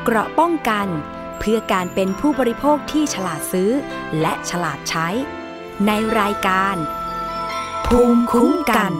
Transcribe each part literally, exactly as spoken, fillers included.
เกราะป้องกันเพื่อการเป็นผู้บริโภคที่ฉลาดซื้อและฉลาดใช้ในรายการภูมิคุ้มกัน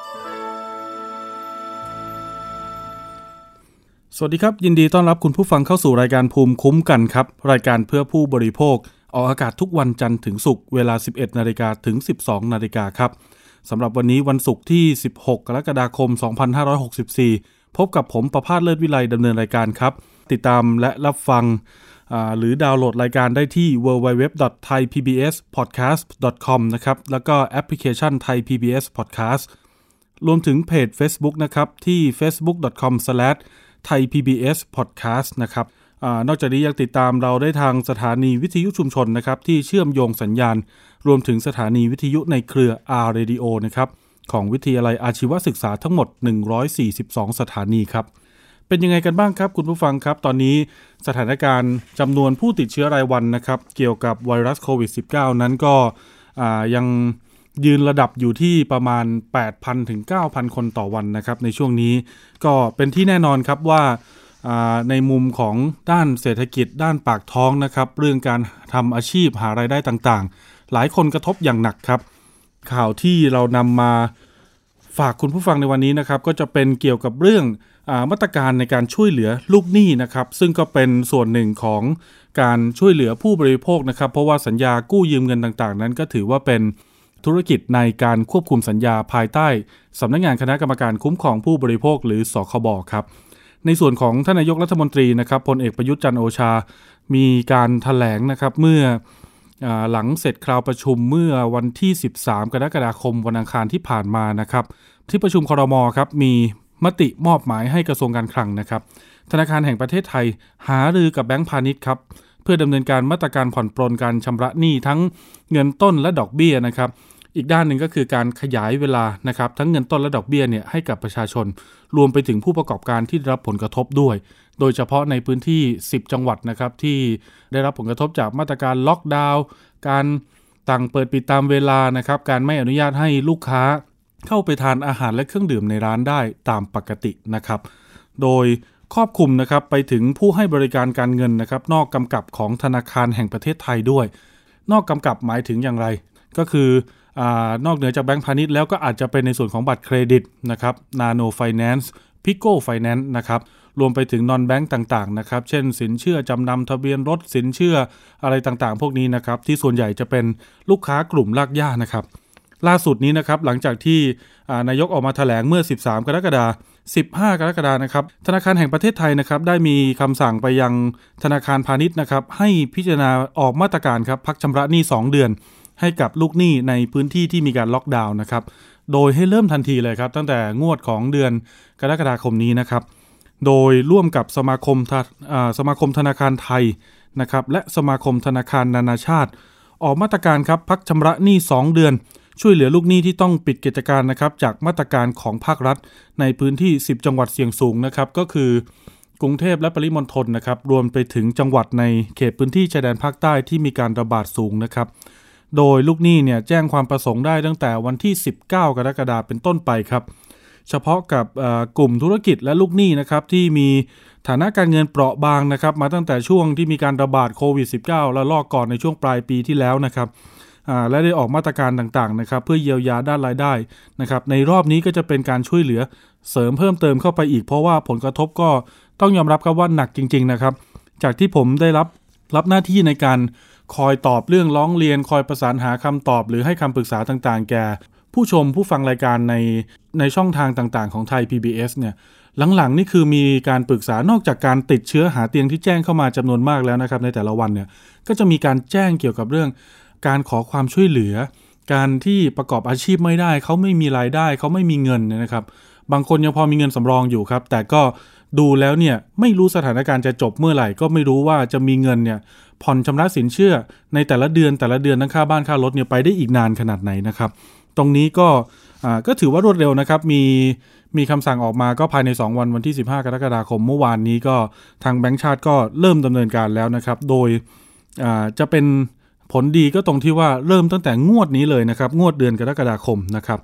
สวัสดีครับยินดีต้อนรับคุณผู้ฟังเข้าสู่รายการภูมิคุ้มกันครับรายการเพื่อผู้บริโภคออกอากาศทุกวันจันทร์ถึงศุกร์เวลา สิบเอ็ดนาฬิกา ถึง สิบสองนาฬิกา ครับสำหรับวันนี้วันศุกร์ที่สิบหกกรกฎาคมสองพันห้าร้อยหกสิบสี่พบกับผมประภาสเลิศวิไลดำเนินรายการครับติดตามและรับฟังหรือดาวน์โหลดรายการได้ที่ ดับเบิลยู ดับเบิลยู ดับเบิลยู ดอท ไทย พี บี เอส พอดแคสต์ ดอท คอม นะครับแล้วก็แอปพลิเคชัน Thai พี บี เอส Podcast รวมถึงเพจ Facebook นะครับที่ เฟซบุ๊ก ดอท คอม สแลช ไทย พี บี เอส พอดแคสต์ นะครับอานอกจากนี้ยังติดตามเราได้ทางสถานีวิทยุชุมชนนะครับที่เชื่อมโยงสัญญาณรวมถึงสถานีวิทยุในเครือ R Radio นะครับของวิทยาลัยอาชีวศึกษาทั้งหมดหนึ่งร้อยสี่สิบสองสถานีครับเป็นยังไงกันบ้างครับคุณผู้ฟังครับตอนนี้สถานการณ์จำนวนผู้ติดเชื้อรายวันนะครับเกี่ยวกับไวรัสโควิด สิบเก้า นั้นก็ยังยืนระดับอยู่ที่ประมาณ แปดพัน ถึง เก้าพัน คนต่อวันนะครับในช่วงนี้ก็เป็นที่แน่นอนครับว่าในมุมของด้านเศรษฐกิจด้านปากท้องนะครับเรื่องการทำอาชีพหารายได้ต่างๆหลายคนกระทบอย่างหนักครับข่าวที่เรานำมาฝากคุณผู้ฟังในวันนี้นะครับก็จะเป็นเกี่ยวกับเรื่องมาตรการในการช่วยเหลือลูกหนี้นะครับซึ่งก็เป็นส่วนหนึ่งของการช่วยเหลือผู้บริโภคนะครับเพราะว่าสัญญากู้ยืมเงินต่างๆนั้นก็ถือว่าเป็นธุรกิจในการควบคุมสัญญาภายใต้สำนักงานคณะกรรมการคุ้มครองผู้บริโภคหรือสคบครับในส่วนของท่านนายกรัฐมนตรีนะครับพลเอกประยุทธ์จันทร์โอชามีการแถลงนะครับเมื่อหลังเสร็จคราวประชุมเมื่อวันที่สิบสามกรกฎาคมวันอังคารที่ผ่านมานะครับที่ประชุมครม.ครับมีมติมอบหมายให้กระทรวงการคลังนะครับธนาคารแห่งประเทศไทยหารือกับแบงก์พาณิชย์ครับเพื่อดำเนินการมาตรการผ่อนปรนการชำระหนี้ทั้งเงินต้นและดอกเบี้ยนะครับอีกด้านหนึ่งก็คือการขยายเวลานะครับทั้งเงินต้นและดอกเบี้ยเนี่ยให้กับประชาชนรวมไปถึงผู้ประกอบการที่ได้รับผลกระทบด้วยโดยเฉพาะในพื้นที่สิบจังหวัดนะครับที่ได้รับผลกระทบจากมาตรการล็อกดาวน์การสั่งเปิดปิดตามเวลานะครับการไม่อนุญาตให้ลูกค้าเข้าไปทานอาหารและเครื่องดื่มในร้านได้ตามปกตินะครับโดยครอบคลุมนะครับไปถึงผู้ให้บริการการเงินนะครับนอกกำกับของธนาคารแห่งประเทศไทยด้วยนอกกำกับหมายถึงอย่างไรก็คืออ่านอกเหนือจากแบงก์พาณิชย์แล้วก็อาจจะเป็นในส่วนของบัตรเครดิตนะครับ Nano Finance Pico Finance นะครับรวมไปถึง Non Bank ต่างๆนะครับเช่นสินเชื่อจำนำทะเบียนรถสินเชื่ออะไรต่างๆพวกนี้นะครับที่ส่วนใหญ่จะเป็นลูกค้ากลุ่มรากหญ้านะครับล่าสุดนี้นะครับหลังจากที่นายกออกมาแถลงเมื่อสิบสามกรกฎาคมสิบห้ากรกฎาคมนะครับธนาคารแห่งประเทศไทยนะครับได้มีคำสั่งไปยังธนาคารพาณิชย์นะครับให้พิจารณาออกมาตรการครับพักชำระหนี้สองเดือนให้กับลูกหนี้ในพื้นที่ที่มีการล็อกดาวน์นะครับโดยให้เริ่มทันทีเลยครับตั้งแต่งวดของเดือนกรกฎาคมนี้นะครับโดยร่วมกับสมาคมสมาคมธนาคารไทยนะครับและสมาคมธนาคารนานาชาติออกมาตรการครับพักชำระหนี้สองเดือนช่วยเหลือลูกหนี้ที่ต้องปิดกิจการนะครับจากมาตรการของภาครัฐในพื้นที่สิบจังหวัดเสี่ยงสูงนะครับก็คือกรุงเทพและปริมณฑลนะครับรวมไปถึงจังหวัดในเขตพื้นที่ชายแดนภาคใต้ที่มีการระบาดสูงนะครับโดยลูกหนี้เนี่ยแจ้งความประสงค์ได้ตั้งแต่วันที่สิบเก้ากรกฎาคมเป็นต้นไปครับเฉพาะกับกลุ่มธุรกิจและลูกหนี้นะครับที่มีฐานะการเงินเปราะบางนะครับมาตั้งแต่ช่วงที่มีการระบาดโควิด สิบเก้า และลอกก่อนในช่วงปลายปีที่แล้วนะครับและได้ออกมาตรการต่างๆนะครับเพื่อเยียวยาด้านรายได้นะครับในรอบนี้ก็จะเป็นการช่วยเหลือเสริมเพิ่มเติมเข้าไปอีกเพราะว่าผลกระทบก็ต้องยอมรับครับว่าหนักจริงๆนะครับจากที่ผมได้รับรับหน้าที่ในการคอยตอบเรื่องร้องเรียนคอยประสานหาคำตอบหรือให้คำปรึกษาต่างๆแก่ผู้ชมผู้ฟังรายการในในช่องทางต่างๆของไทย พี บี เอส เนี่ยหลังๆนี่คือมีการปรึกษานอกจากการติดเชื้อหาเตียงที่แจ้งเข้ามาจำนวนมากแล้วนะครับในแต่ละวันเนี่ยก็จะมีการแจ้งเกี่ยวกับเรื่องการขอความช่วยเหลือการที่ประกอบอาชีพไม่ได้เขาไม่มีรายได้เขาไม่มีเงินนะครับบางคนยังพอมีเงินสำรองอยู่ครับแต่ก็ดูแล้วเนี่ยไม่รู้สถานการณ์จะจบเมื่อไหร่ก็ไม่รู้ว่าจะมีเงินเนี่ยผ่อนชำระสินเชื่อในแต่ละเดือนแต่ละเดือนทั้งค่าบ้านค่ารถเนี่ยไปได้อีกนานขนาดไหนนะครับตรงนี้ก็อ่าก็ถือว่ารวดเร็วนะครับมีมีคำสั่งออกมาก็ภายในสองวันวันที่สิบห้ากรกฎาคมเมื่อวานนี้ก็ทางแบงก์ชาติก็เริ่มดำเนินการแล้วนะครับโดยอ่าจะเป็นผลดีก็ตรงที่ว่าเริ่มตั้งแต่งวดนี้เลยนะครับงวดเดือนกรกฎาคมนะครับ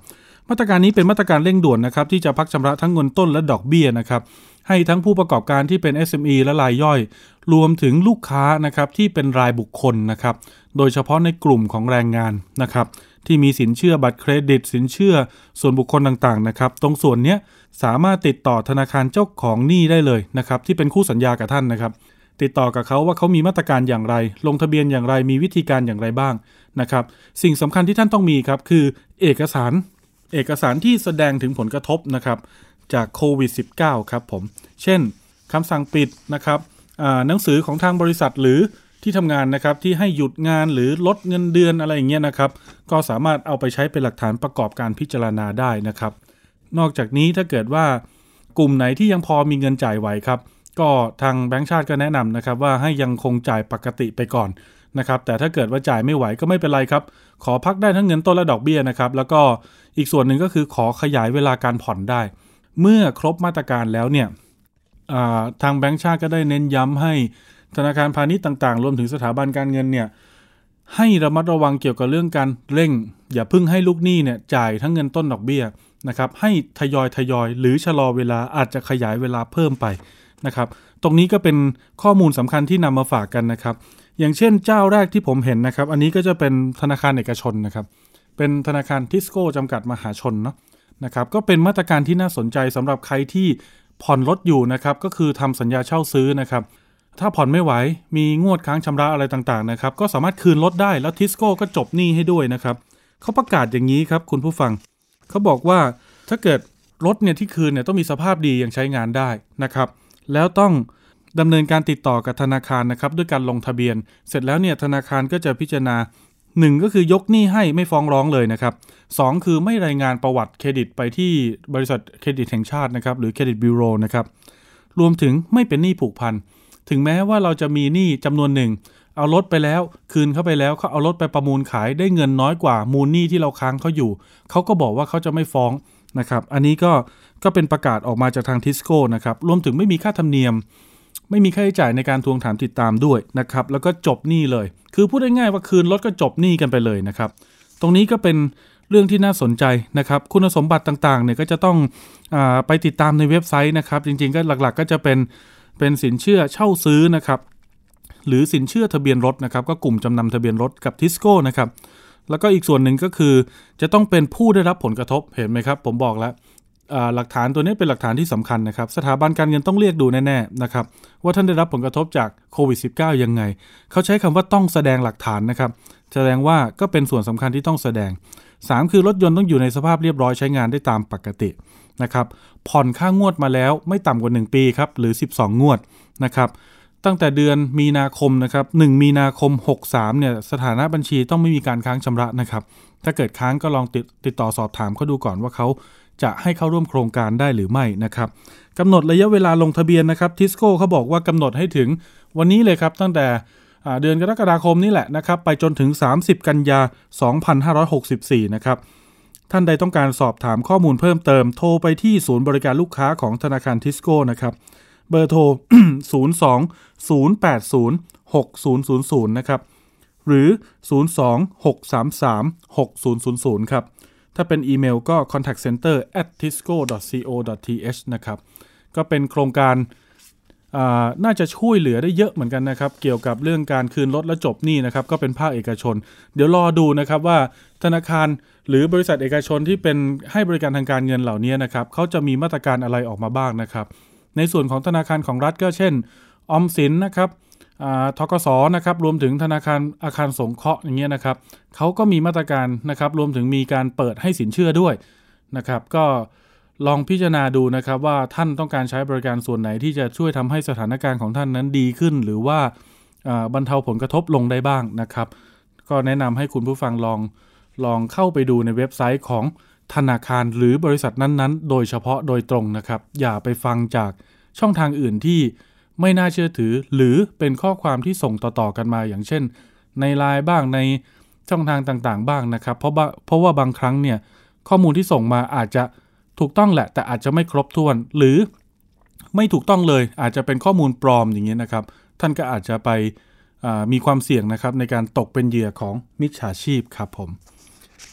มาตรการนี้เป็นมาตรการเร่งด่วนนะครับที่จะพักชำระทั้งเงินต้นและดอกเบี้ยนะครับให้ทั้งผู้ประกอบการที่เป็น เอส เอ็ม อี และรายย่อยรวมถึงลูกค้านะครับที่เป็นรายบุคคลนะครับโดยเฉพาะในกลุ่มของแรงงานนะครับที่มีสินเชื่อบัตรเครดิตสินเชื่อส่วนบุคคลต่างๆนะครับตรงส่วนนี้สามารถติดต่อธนาคารเจ้าของหนี้ได้เลยนะครับที่เป็นคู่สัญญากับท่านนะครับติดต่อกับเขาว่าเขามีมาตรการอย่างไรลงทะเบียนอย่างไรมีวิธีการอย่างไรบ้างนะครับสิ่งสำคัญที่ท่านต้องมีครับคือเอกสารเอกสารที่แสดงถึงผลกระทบนะครับจากโควิด สิบเก้า ครับผมเช่นคำสั่งปิดนะครับหนังสือของทางบริษัทหรือที่ทำงานนะครับที่ให้หยุดงานหรือลดเงินเดือนอะไรอย่างเงี้ยนะครับก็สามารถเอาไปใช้เป็นหลักฐานประกอบการพิจารณาได้นะครับนอกจากนี้ถ้าเกิดว่ากลุ่มไหนที่ยังพอมีเงินจ่ายไหวครับก็ทางแบงก์ชาติก็แนะนำนะครับว่าให้ยังคงจ่ายปกติไปก่อนนะครับแต่ถ้าเกิดว่าจ่ายไม่ไหวก็ไม่เป็นไรครับขอพักได้ทั้งเงินต้นและดอกเบี้ยนะครับแล้วก็อีกส่วนหนึ่งก็คือขอขยายเวลาการผ่อนได้เมื่อครบมาตรการแล้วเนี่ยทางแบงก์ชาติก็ได้เน้นย้ำให้ธนาคารพาณิชย์ต่างๆรวมถึงสถาบันการเงินเนี่ยให้ระมัดระวังเกี่ยวกับเรื่องการเร่งอย่าเพิ่งให้ลูกหนี้เนี่ยจ่ายทั้งเงินต้นดอกเบี้ยนะครับให้ทยอยทยอยหรือชะลอเวลาอาจจะขยายเวลาเพิ่มไปนะครับตรงนี้ก็เป็นข้อมูลสำคัญที่นำมาฝากกันนะครับอย่างเช่นเจ้าแรกที่ผมเห็นนะครับอันนี้ก็จะเป็นธนาคารเอกชนนะครับเป็นธนาคารทิสโก้จำกัดมหาชนเนาะนะครับก็เป็นมาตรการที่น่าสนใจสำหรับใครที่ผ่อนรถอยู่นะครับก็คือทำสัญญาเช่าซื้อนะครับถ้าผ่อนไม่ไหวมีงวดค้างชำระอะไรต่างๆนะครับก็สามารถคืนรถได้แล้วทิสโก้ก็จบหนี้ให้ด้วยนะครับเขาประกาศอย่างนี้ครับคุณผู้ฟังเขาบอกว่าถ้าเกิดรถเนี่ยที่คืนเนี่ยต้องมีสภาพดียังใช้งานได้นะครับแล้วต้องดำเนินการติดต่อกับธนาคารนะครับด้วยการลงทะเบียนเสร็จแล้วเนี่ยธนาคารก็จะพิจารณาหนึ่งก็คือยกหนี้ให้ไม่ฟ้องร้องเลยนะครับสองคือไม่รายงานประวัติเครดิตไปที่บริษัทเครดิตแห่งชาตินะครับหรือเครดิตบิวโรนะครับรวมถึงไม่เป็นหนี้ผูกพันถึงแม้ว่าเราจะมีหนี้จำนวนหนึ่งเอารถไปแล้วคืนเข้าไปแล้วเขาเอารถไปประมูลขายได้เงินน้อยกว่ามูลหนี้ที่เราค้างเขาอยู่เขาก็บอกว่าเขาจะไม่ฟ้องนะครับอันนี้ก็ก็เป็นประกาศออกมาจากทางทิสโก้นะครับรวมถึงไม่มีค่าธรรมเนียมไม่มีค่าใช้จ่ายในการทวงถามติดตามด้วยนะครับแล้วก็จบหนี้เลยคือพูดง่ายๆว่าคืนรถก็จบหนี้กันไปเลยนะครับตรงนี้ก็เป็นเรื่องที่น่าสนใจนะครับคุณสมบัติต่างๆเนี่ยก็จะต้องอ่าไปติดตามในเว็บไซต์นะครับจริงๆก็หลักๆก็จะเป็นเป็นสินเชื่อเช่าซื้อนะครับหรือสินเชื่อทะเบียนรถนะครับก็กลุ่มจำนำทะเบียนรถกับทิสโก้นะครับแล้วก็อีกส่วนหนึ่งก็คือจะต้องเป็นผู้ได้รับผลกระทบเห็นไหมครับผมบอกแล้วหลักฐานตัวนี้เป็นหลักฐานที่สำคัญนะครับสถาบันการเงินต้องเรียกดูแน่ๆนะครับว่าท่านได้รับผลกระทบจากโควิด สิบเก้า ยังไงเขาใช้คำว่าต้องแสดงหลักฐานนะครับแสดงว่าก็เป็นส่วนสำคัญที่ต้องแสดงสามคือรถยนต์ต้องอยู่ในสภาพเรียบร้อยใช้งานได้ตามปกตินะครับผ่อนค่างวดมาแล้วไม่ต่ำกว่าหนึ่งปีครับหรือสิบสองงวดนะครับตั้งแต่เดือนมีนาคมนะครับหนึ่งมีนาคมหกสามเนี่ยสถานะบัญชีต้องไม่มีการค้างชำระนะครับถ้าเกิดค้างก็ลองติดติดต่อสอบถามเขาดูก่อนว่าเขาจะให้เข้าร่วมโครงการได้หรือไม่นะครับกำหนดระยะเวลาลงทะเบียนนะครับทิสโก้เขาบอกว่ากำหนดให้ถึงวันนี้เลยครับตั้งแต่เดือนกรกฎาคมนี่แหละนะครับไปจนถึงสามสิบกันยายนสองพันห้าร้อยหกสิบสี่นะครับท่านใดต้องการสอบถามข้อมูลเพิ่มเติมโทรไปที่ศูนย์บริการลูกค้าของธนาคารทิสโก้นะครับเบอร์โทร ศูนย์ สอง ศูนย์ แปด ศูนย์ หก ศูนย์ ศูนย์ ศูนย์ นะครับหรือ ศูนย์ สอง หก สาม สาม หก ศูนย์ ศูนย์ ศูนย์ ครับถ้าเป็นอีเมลก็ คอนแทคเซ็นเตอร์ แอท ทิสโก้ ดอท ซี โอ ดอท ที เอช นะครับก็เป็นโครงการน่าจะช่วยเหลือได้เยอะเหมือนกันนะครับเกี่ยวกับเรื่องการคืนรถและจบหนี้นะครับก็เป็นภาคเอกชนเดี๋ยวรอดูนะครับว่าธนาคารหรือบริษัทเอกชนที่เป็นให้บริการทางการเงินเหล่านี้นะครับเขาจะมีมาตรการอะไรออกมาบ้างนะครับในส่วนของธนาคารของรัฐก็เช่นออมสินนะครับธกสนะครับรวมถึงธนาคารอาคารสงเคราะห์อย่างเงี้ยนะครับเขาก็มีมาตรการนะครับรวมถึงมีการเปิดให้สินเชื่อด้วยนะครับก็ลองพิจารณาดูนะครับว่าท่านต้องการใช้บริการส่วนไหนที่จะช่วยทำให้สถานการณ์ของท่านนั้นดีขึ้นหรือว่าบรรเทาผลกระทบลงได้บ้างนะครับก็แนะนำให้คุณผู้ฟังลองลองเข้าไปดูในเว็บไซต์ของธนาคารหรือบริษัทนั้นๆโดยเฉพาะโดยตรงนะครับอย่าไปฟังจากช่องทางอื่นที่ไม่น่าเชื่อถือหรือเป็นข้อความที่ส่งต่อๆกันมาอย่างเช่นในไลน์บ้างในช่องทางต่างๆบ้างนะครับเพราะว่าเพราะว่าบางครั้งเนี่ยข้อมูลที่ส่งมาอาจจะถูกต้องแหละแต่อาจจะไม่ครบถ้วนหรือไม่ถูกต้องเลยอาจจะเป็นข้อมูลปลอมอย่างนี้นะครับท่านก็อาจจะไปมีความเสี่ยงนะครับในการตกเป็นเหยื่อของมิจฉาชีพครับผม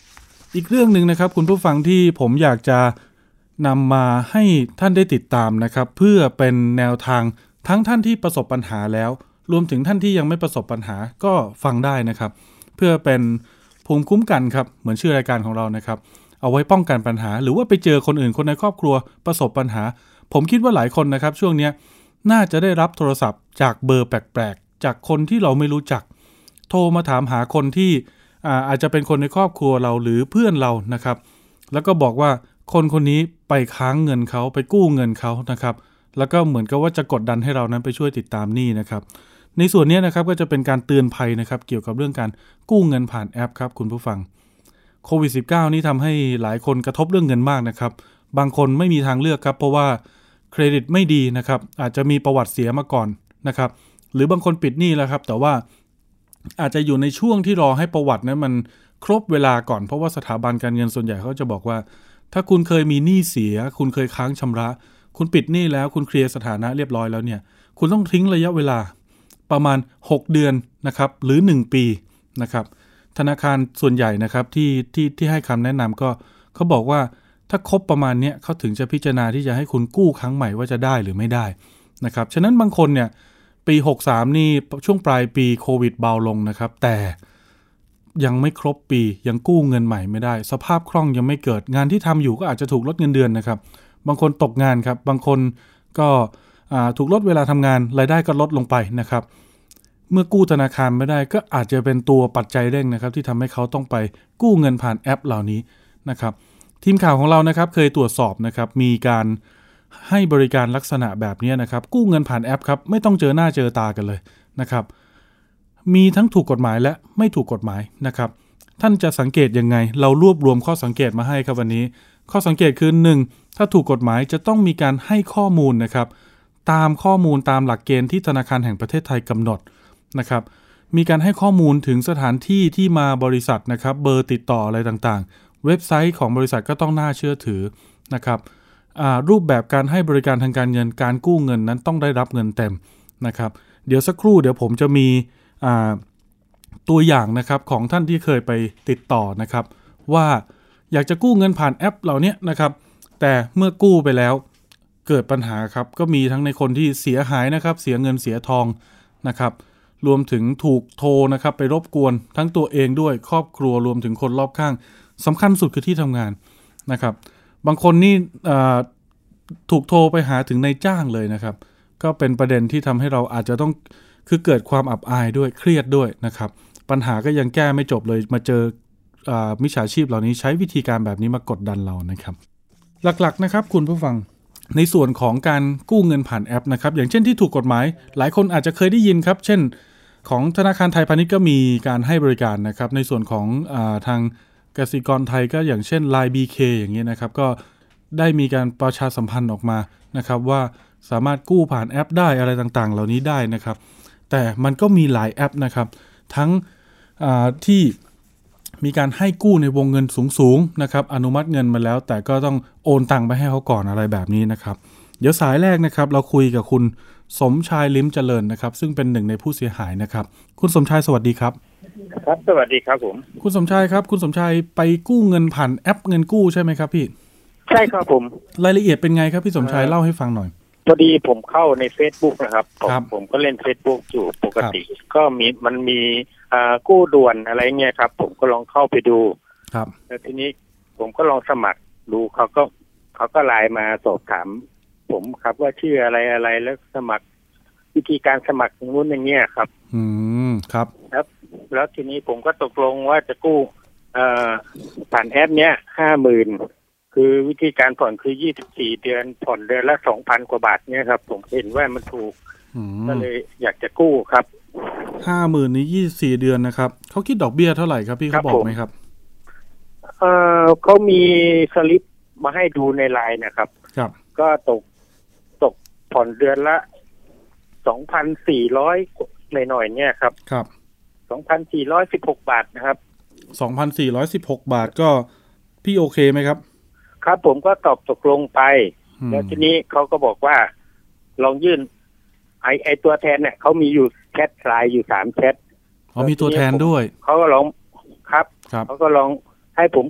อีกเรื่องนึงนะครับคุณผู้ฟังที่ผมอยากจะนำมาให้ท่านได้ติดตามนะครับเพื่อเป็นแนวทางทั้งท่านที่ประสบปัญหาแล้วรวมถึงท่านที่ยังไม่ประสบปัญหาก็ฟังได้นะครับเพื่อเป็นภูมิคุ้มกันครับเหมือนชื่อรายการของเรานะครับเอาไว้ป้องกันปัญหาหรือว่าไปเจอคนอื่นคนในครอบครัวประสบปัญหาผมคิดว่าหลายคนนะครับช่วงนี้น่าจะได้รับโทรศัพท์จากเบอร์แปลกๆจากคนที่เราไม่รู้จักโทรมาถามหาคนที่อ่าอาจจะเป็นคนในครอบครัวเราหรือเพื่อนเรานะครับแล้วก็บอกว่าคนคนนี้ไปค้างเงินเขาไปกู้เงินเขานะครับแล้วก็เหมือนกับว่าจะกดดันให้เรานั้นไปช่วยติดตามหนี้นะครับในส่วนนี้นะครับก็จะเป็นการเตือนภัยนะครับเกี่ยวกับเรื่องการกู้เงินผ่านแอปครับคุณผู้ฟังโควิด สิบเก้า นี่ทำให้หลายคนกระทบเรื่องเงินมากนะครับบางคนไม่มีทางเลือกครับเพราะว่าเครดิตไม่ดีนะครับอาจจะมีประวัติเสียมาก่อนนะครับหรือบางคนปิดหนี้แล้วครับแต่ว่าอาจจะอยู่ในช่วงที่รอให้ประวัตินั้นมันครบเวลาก่อนเพราะว่าสถาบันการเงินส่วนใหญ่เขาจะบอกว่าถ้าคุณเคยมีหนี้เสียคุณเคยค้างชำระคุณปิดหนี้แล้วคุณเคลียร์สถานะเรียบร้อยแล้วเนี่ยคุณต้องทิ้งระยะเวลาประมาณหกเดือนนะครับหรือหนึ่งปีนะครับธนาคารส่วนใหญ่นะครับที่ที่ที่ให้คำแนะนำก็เขาบอกว่าถ้าครบประมาณนี้เขาถึงจะพิจารณาที่จะให้คุณกู้ครั้งใหม่ว่าจะได้หรือไม่ได้นะครับฉะนั้นบางคนเนี่ยปีหกสิบสามนี่ช่วงปลายปีโควิดเบาลงนะครับแต่ยังไม่ครบปียังกู้เงินใหม่ไม่ได้สภาพคล่องยังไม่เกิดงานที่ทำอยู่ก็อาจจะถูกลดเงินเดือนนะครับบางคนตกงานครับบางคนก็ถูกลดเวลาทำงานรายได้ก็ลดลงไปนะครับเมื่อกู้ธนาคารไม่ได้ก็อาจจะเป็นตัวปัจจัยเร่งนะครับที่ทำให้เขาต้องไปกู้เงินผ่านแอปเหล่านี้นะครับทีมข่าวของเรานะครับเคยตรวจสอบนะครับมีการให้บริการลักษณะแบบนี้นะครับกู้เงินผ่านแอปครับไม่ต้องเจอหน้าเจอตากันเลยนะครับมีทั้งถูกกฎหมายและไม่ถูกกฎหมายนะครับท่านจะสังเกตยังไงเรารวบรวมข้อสังเกตมาให้ครับวันนี้ข้อสังเกตคือหนึ่งถ้าถูกกฎหมายจะต้องมีการให้ข้อมูลนะครับตามข้อมูลตามหลักเกณฑ์ที่ธนาคารแห่งประเทศไทยกำหนดนะครับมีการให้ข้อมูลถึงสถานที่ที่มาบริษัทนะครับเบอร์ติดต่ออะไรต่างๆเว็บไซต์ของบริษัทก็ต้องน่าเชื่อถือนะครับรูปแบบการให้บริการทางการเงินการกู้เงินนั้นต้องได้รับเงินเต็มนะครับเดี๋ยวสักครู่เดี๋ยวผมจะมีตัวอย่างนะครับของท่านที่เคยไปติดต่อนะครับว่าอยากจะกู้เงินผ่านแอปเหล่านี้นะครับแต่เมื่อกู้ไปแล้วเกิดปัญหาครับก็มีทั้งในคนที่เสียหายนะครับเสียเงินเสียทองนะครับรวมถึงถูกโทรนะครับไปรบกวนทั้งตัวเองด้วยครอบครัวรวมถึงคนรอบข้างสำคัญสุดคือที่ทำงานนะครับบางคนนี่ถูกโทรไปหาถึงนายจ้างเลยนะครับก็เป็นประเด็นที่ทำให้เราอาจจะต้องคือเกิดความอับอายด้วยเครียดด้วยนะครับปัญหาก็ยังแก้ไม่จบเลยมาเจอมิจฉาชีพเหล่านี้ใช้วิธีการแบบนี้มากดดันเรานะครับหลักๆนะครับคุณผู้ฟังในส่วนของการกู้เงินผ่านแอปนะครับอย่างเช่นที่ถูกกฎหมายหลายคนอาจจะเคยได้ยินครับเช่นของธนาคารไทยพาณิชย์ก็มีการให้บริการนะครับในส่วนของอาทางกสิกรไทยก็อย่างเช่น ไลน์ บี เค อย่างเงี้ยนะครับก็ได้มีการประชาสัมพันธ์ออกมานะครับว่าสามารถกู้ผ่านแอปได้อะไรต่างๆเหล่านี้ได้นะครับแต่มันก็มีหลายแอปนะครับทั้งที่มีการให้กู้ในวงเงินสูงๆนะครับอนุมัติเงินมาแล้วแต่ก็ต้องโอนตังไปให้เขาก่อนอะไรแบบนี้นะครับเดี๋ยวสายแรกนะครับเราคุยกับคุณสมชายลิ้มเจริญนะครับซึ่งเป็นหนึ่งในผู้เสียหายนะครับคุณสมชายสวัสดีครับครับสวัสดีครับผมคุณสมชายครับคุณสมชายไปกู้เงินผ่านแอปเงินกู้ใช่ไหมครับพี่ใช่ครับผมรายละเอียดเป็นไงครับพี่สมชายเล่าให้ฟังหน่อยพอดีผมเข้าใน Facebook นะครับผมผมก็เล่น Facebook อยู่ปกติก็มีมันมีอ่ากู้ด่วนอะไรเงี้ยครับผมก็ลองเข้าไปดูครับแล้วทีนี้ผมก็ลองสมัครดูเขาก็เขาก็ไลน์มาสอบถามผมครับว่าชื่ออะไรอะไรแล้วสมัครวิธีการสมัครอย่างนู้นอย่างเงี้ยครับอืมครับแล้วแล้วทีนี้ผมก็ตกลงว่าจะกู้เอ่อผ่านแอปเนี้ย ห้าหมื่น คือวิธีการผ่อนคือยี่สิบสี่เดือนผ่อนเดือนละ สองพัน กว่าบาทเนี่ยครับผมเห็นว่ามันถูกก็เลยอยากจะกู้ครับห้าหมื่น นี้ยี่สิบสี่เดือนนะครับเขาคิดดอกเบี้ยเท่าไหร่ครับพี่เขาบอกไหมครับเอ่อเขามีสลิปมาให้ดูในไลน์นะครับครับก็ตกตกผ่อนเดือนละ สองพันสี่ร้อย หน่อยๆเนี่ยครับครับสองพันสี่ร้อยสิบหก บาทนะครับสองพันสี่ร้อยสิบหก บาทก็พี่โอเคไหมครับครับผมก็ตอบตกลงไปแล้วทีนี้เขาก็บอกว่าลองยื่นไอไอตัวแทนเนี่ยเขามีอยู่แชทไลน์อยู่สามแชทอ๋อมีตัวแทนด้วยเขาก็ลองครับเขาก็ลองให้ผมกด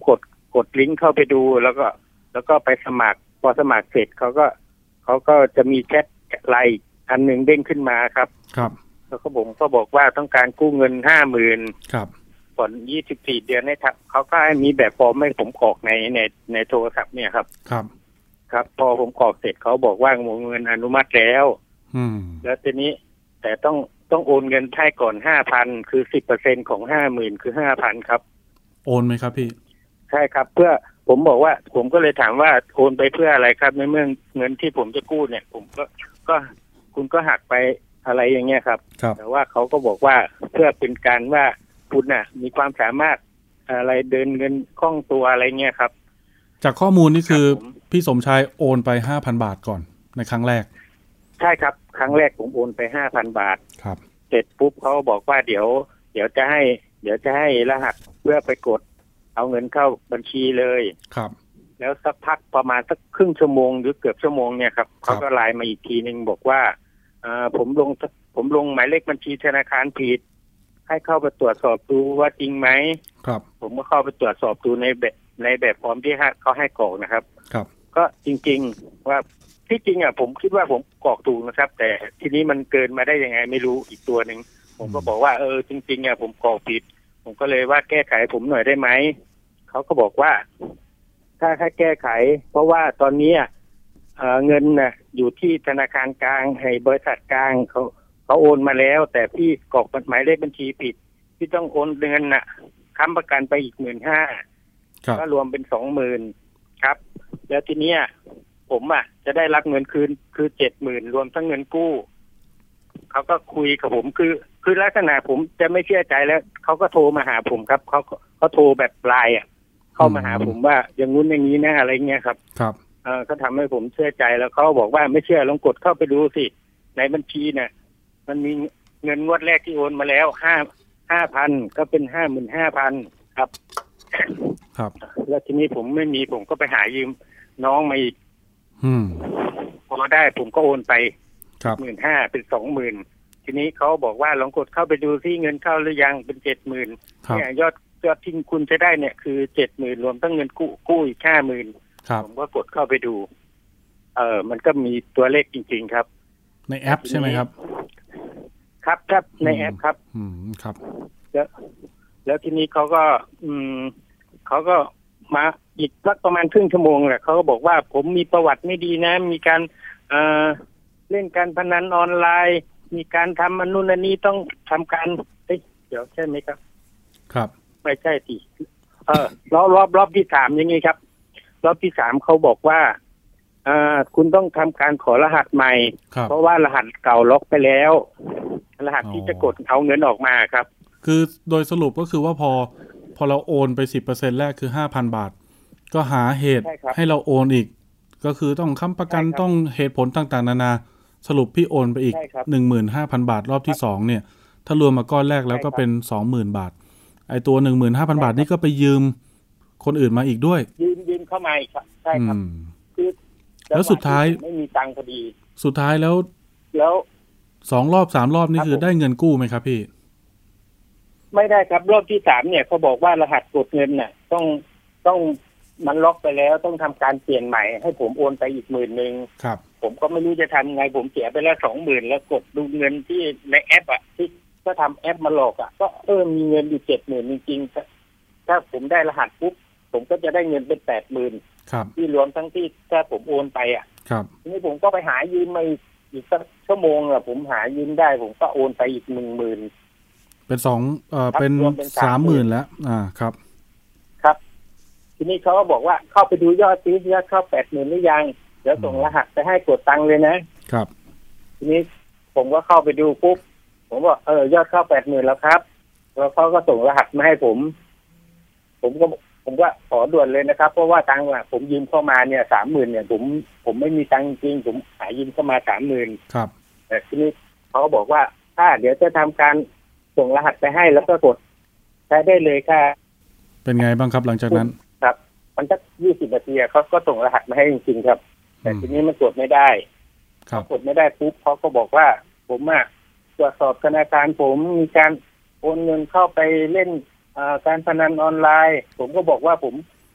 กดลิงก์เข้าไปดูแล้วก็แล้วก็ไปสมัครพอสมัครเสร็จเขาก็เขาก็จะมีแชทไลน์อันหนึ่งเด้งขึ้นมาครับครับแล้วก็ผมก็บอกว่าต้องการกู้เงินห้าหมื่นครับผ่อนยี่สิบสี่เดือนให้ทับเขาก็ให้มีแบบฟอร์มให้ผมกรอกในในในโทรศัพท์เนี่ยครับครับครับพอผมกรอกเสร็จเขาบอกว่าเงินอนุมัติแล้วอืมแล้วทีนี้แต่ต้องต้องโอนเงินให้ก่อนห้าพันคือสิบเปอร์เซ็นของห้าหมื่นคือห้าพันครับโอนไหมครับพี่ใช่ครับเพื่อผมบอกว่าผมก็เลยถามว่าโอนไปเพื่ออะไรครับในเมื่อเงินที่ผมจะกู้เนี่ยผมก็ก็คุณก็หักไปอะไรอย่างเงี้ยครับแต่ว่าเขาก็บอกว่าเพื่อเป็นการว่าคุณน่ะมีความสามารถอะไรเดินเงินคล่องตัวอะไรเงี้ยครับจากข้อมูลนี่คือพี่สมชายโอนไป ห้าพัน บาทก่อนในครั้งแรกใช่ครับครั้งแรกผมโอนไป ห้าพัน บาทครับเสร็จปุ๊บเขาบอกว่าเดี๋ยวเดี๋ยวจะให้เดี๋ยวจะให้รหัสเพื่อไปกดเอาเงินเข้าบัญชีเลยครับแล้วสักพักประมาณสักครึ่งชั่วโมงหรือเกือบชั่วโมงเนี่ยครับเขาก็ไลน์มาอีกทีนึงบอกว่าอ่าผมลงผมลงหมายเลขบัญชีธนาคารผิดให้เข้าไปตรวจสอบดูว่าจริงไหมครับผมก็เข้าไปตรวจสอบดูในแบบในแบบฟอร์มที่เขาให้กรอกนะครับครับก็จริงๆว่าที่จริงอ่ะผมคิดว่าผมกรอกถูกนะครับแต่ทีนี้มันเกินมาได้ยังไงไม่รู้อีกตัวหนึ่งผมก็บอกว่าเออจริงๆอ่ะผมกรอกผิดผมก็เลยว่าแก้ไขผมหน่อยได้ไหมเขาก็บอกว่าถ้าให้แก้ไขเพราะว่าตอนนี้เอ่อเงินน่ะอยู่ที่ธนาคารกลางให้บริษัทกลางเขาเขาโอนมาแล้วแต่พี่กรอกหมายเลขบัญชีผิดพี่ต้องโอนเงินน่ะค้ำประกันไปอีกหมื่นห้าก็รวมเป็นสองหมื่นครับแล้วทีเนี้ยผมอ่ะจะได้รับเงินคืนคือเจ็ดหมื่นรวมทั้งเงินกู้เขาก็คุยกับผมคือคือลักษณะผมจะไม่เชื่อใจแล้วเขาก็โทรมาหาผมครับเขาเขาโทรแบบไลน์อ่ะเข้ามาหาผมว่าอย่างงู้นอย่างนี้นะอะไรเงี้ยครับครับเออเขาทำให้ผมเชื่อใจแล้วเขาบอกว่าไม่เชื่อลองกดเข้าไปดูสิในบัญชีเนี่ยมันมีเงินงวดแรกที่โอนมาแล้วห้าห้าพันก็เป็นห้าหมื่นห้าพันครับครับแล้วทีนี้ผมไม่มีผมก็ไปหายืมน้องมาอีกอืมพอได้ผมก็โอนไปครับหนึ่งหมื่นห้าพัน เป็น สองหมื่น ทีนี้เขาบอกว่าลองกดเข้าไปดูซิเงินเข้าหรือยังเป็น เจ็ดหมื่น เนี่ยยอดยอดที่คุณจะได้เนี่ยคือ เจ็ดหมื่น รวมทั้งเงินกู้กู้อีก ห้าหมื่น ผมก็กดเข้าไปดูเออมันก็มีตัวเลขจริงๆครับในแอปใช่ไหมครับครับครับในแอปครับอืมครับแล้วแล้วทีนี้เขาก็อืมเขาก็มาอีกสักประมาณครึ่งชั่วโมงแหละเขาก็บอกว่าผมมีประวัติไม่ดีนะมีการเอ่อเล่นการพนันออนไลน์มีการทำอันนู่นอันนี้ต้องทำการเฮ้ยเดี๋ยวใช่ไหมครับครับไม่ใช่สิเออรอบรอบรอบที่สามอย่างงี้ครับรอบที่สามเขาบอกว่าอ่าคุณต้องทำการขอรหัสใหม่เพราะว่ารหัสเก่าล็อกไปแล้วรหัสที่จะกดเอาเงินออกมาครับคือโดยสรุปก็คือว่าพอพอเราโอนไป สิบเปอร์เซ็นต์ แรกคือ ห้าพัน บาทก็หาเหตุให้เราโอนอีกก็คือต้องค้ำประกันต้องเหตุผลต่างๆนานาสรุปพี่โอนไปอีก หนึ่งหมื่นห้าพัน บาทรอบที่สองเนี่ยถ้ารวมมาก้อนแรกแล้วก็เป็น สองหมื่น บาทไอ้ตัว หนึ่งหมื่นห้าพัน บาทนี่ก็ไปยืมคนอื่นมาอีกด้วยยืมยืมเข้ามาอีกครับใช่ครับคือแล้วสุดท้ายไม่มีตังค์พอดีสุดท้ายแล้วแล้วสองรอบสามรอบนี่คือได้เงินกู้ไหมครับพี่ไม่ได้ครับรอบที่สามเนี่ยเขาบอกว่ารหัสกดเงินน่ะต้องต้องมันล็อกไปแล้วต้องทำการเปลี่ยนใหม่ให้ผมโอนไปอีกหมื่นนึงครับผมก็ไม่รู้จะทำไงผมเสียไปแล้วสองหมื่นแล้วกดดูเงินที่ในแอปอ่ะที่ก็ทำแอปมาหลอกอ่ะก็เออมีเงินอยู่เจ็ดหมื่นจริงๆถ้าผมได้รหัสปุ๊บผมก็จะได้เงินเป็นแปดหมื่นที่รวมทั้งที่ถ้าผมโอนไปอ่ะครับทีนี้ผมก็ไปหายืมมาอีกสักชั่วโมงอ่ะผมหายืมได้ผมก็โอนไปอีกหนึ่งหมื่นเป็นสองเอ่อเป็นสามหมื่นแล้วอ่าครับครับทีนี้เขาก็บอกว่าเข้าไปดูยอดซื้อยอดเข้าแปดหมื่นหรือยังเดี๋ยวส่งรหัสไปให้กดตังค์เลยนะครับทีนี้ผมก็เข้าไปดูปุ๊บผมบอกเออยอดเข้าแปดหมื่นแล้วครับแล้วเขาก็ส่งรหัสมาให้ผมผมก็ผมว่าขอด่วนเลยนะครับเพราะว่าตังค์อ่ะผมยืมเข้ามาเนี่ยสามหมื่นเนี่ยผมผมไม่มีตังค์จริงผมหายืมเข้ามาสามหมื่นครับแต่ทีนี้เขาก็บอกว่าถ้าเดี๋ยวจะทำการส่งรหัสไปให้แล้วก็กดใช้ได้เลยค่ะเป็นไงบ้างครับหลังจากนั้นครับมันสักยี่สิบนาทีเขาก็ส่งรหัสมาให้จริงๆครับแต่ทีนี้มันกดไม่ได้ครับกดไม่ได้ปุ๊บเขาก็บอกว่าผมอ่ะตรวจสอบธนาคารผมมีการโอนเงินเข้าไปเล่นการพนันออนไลน์ผมก็บอกว่าผม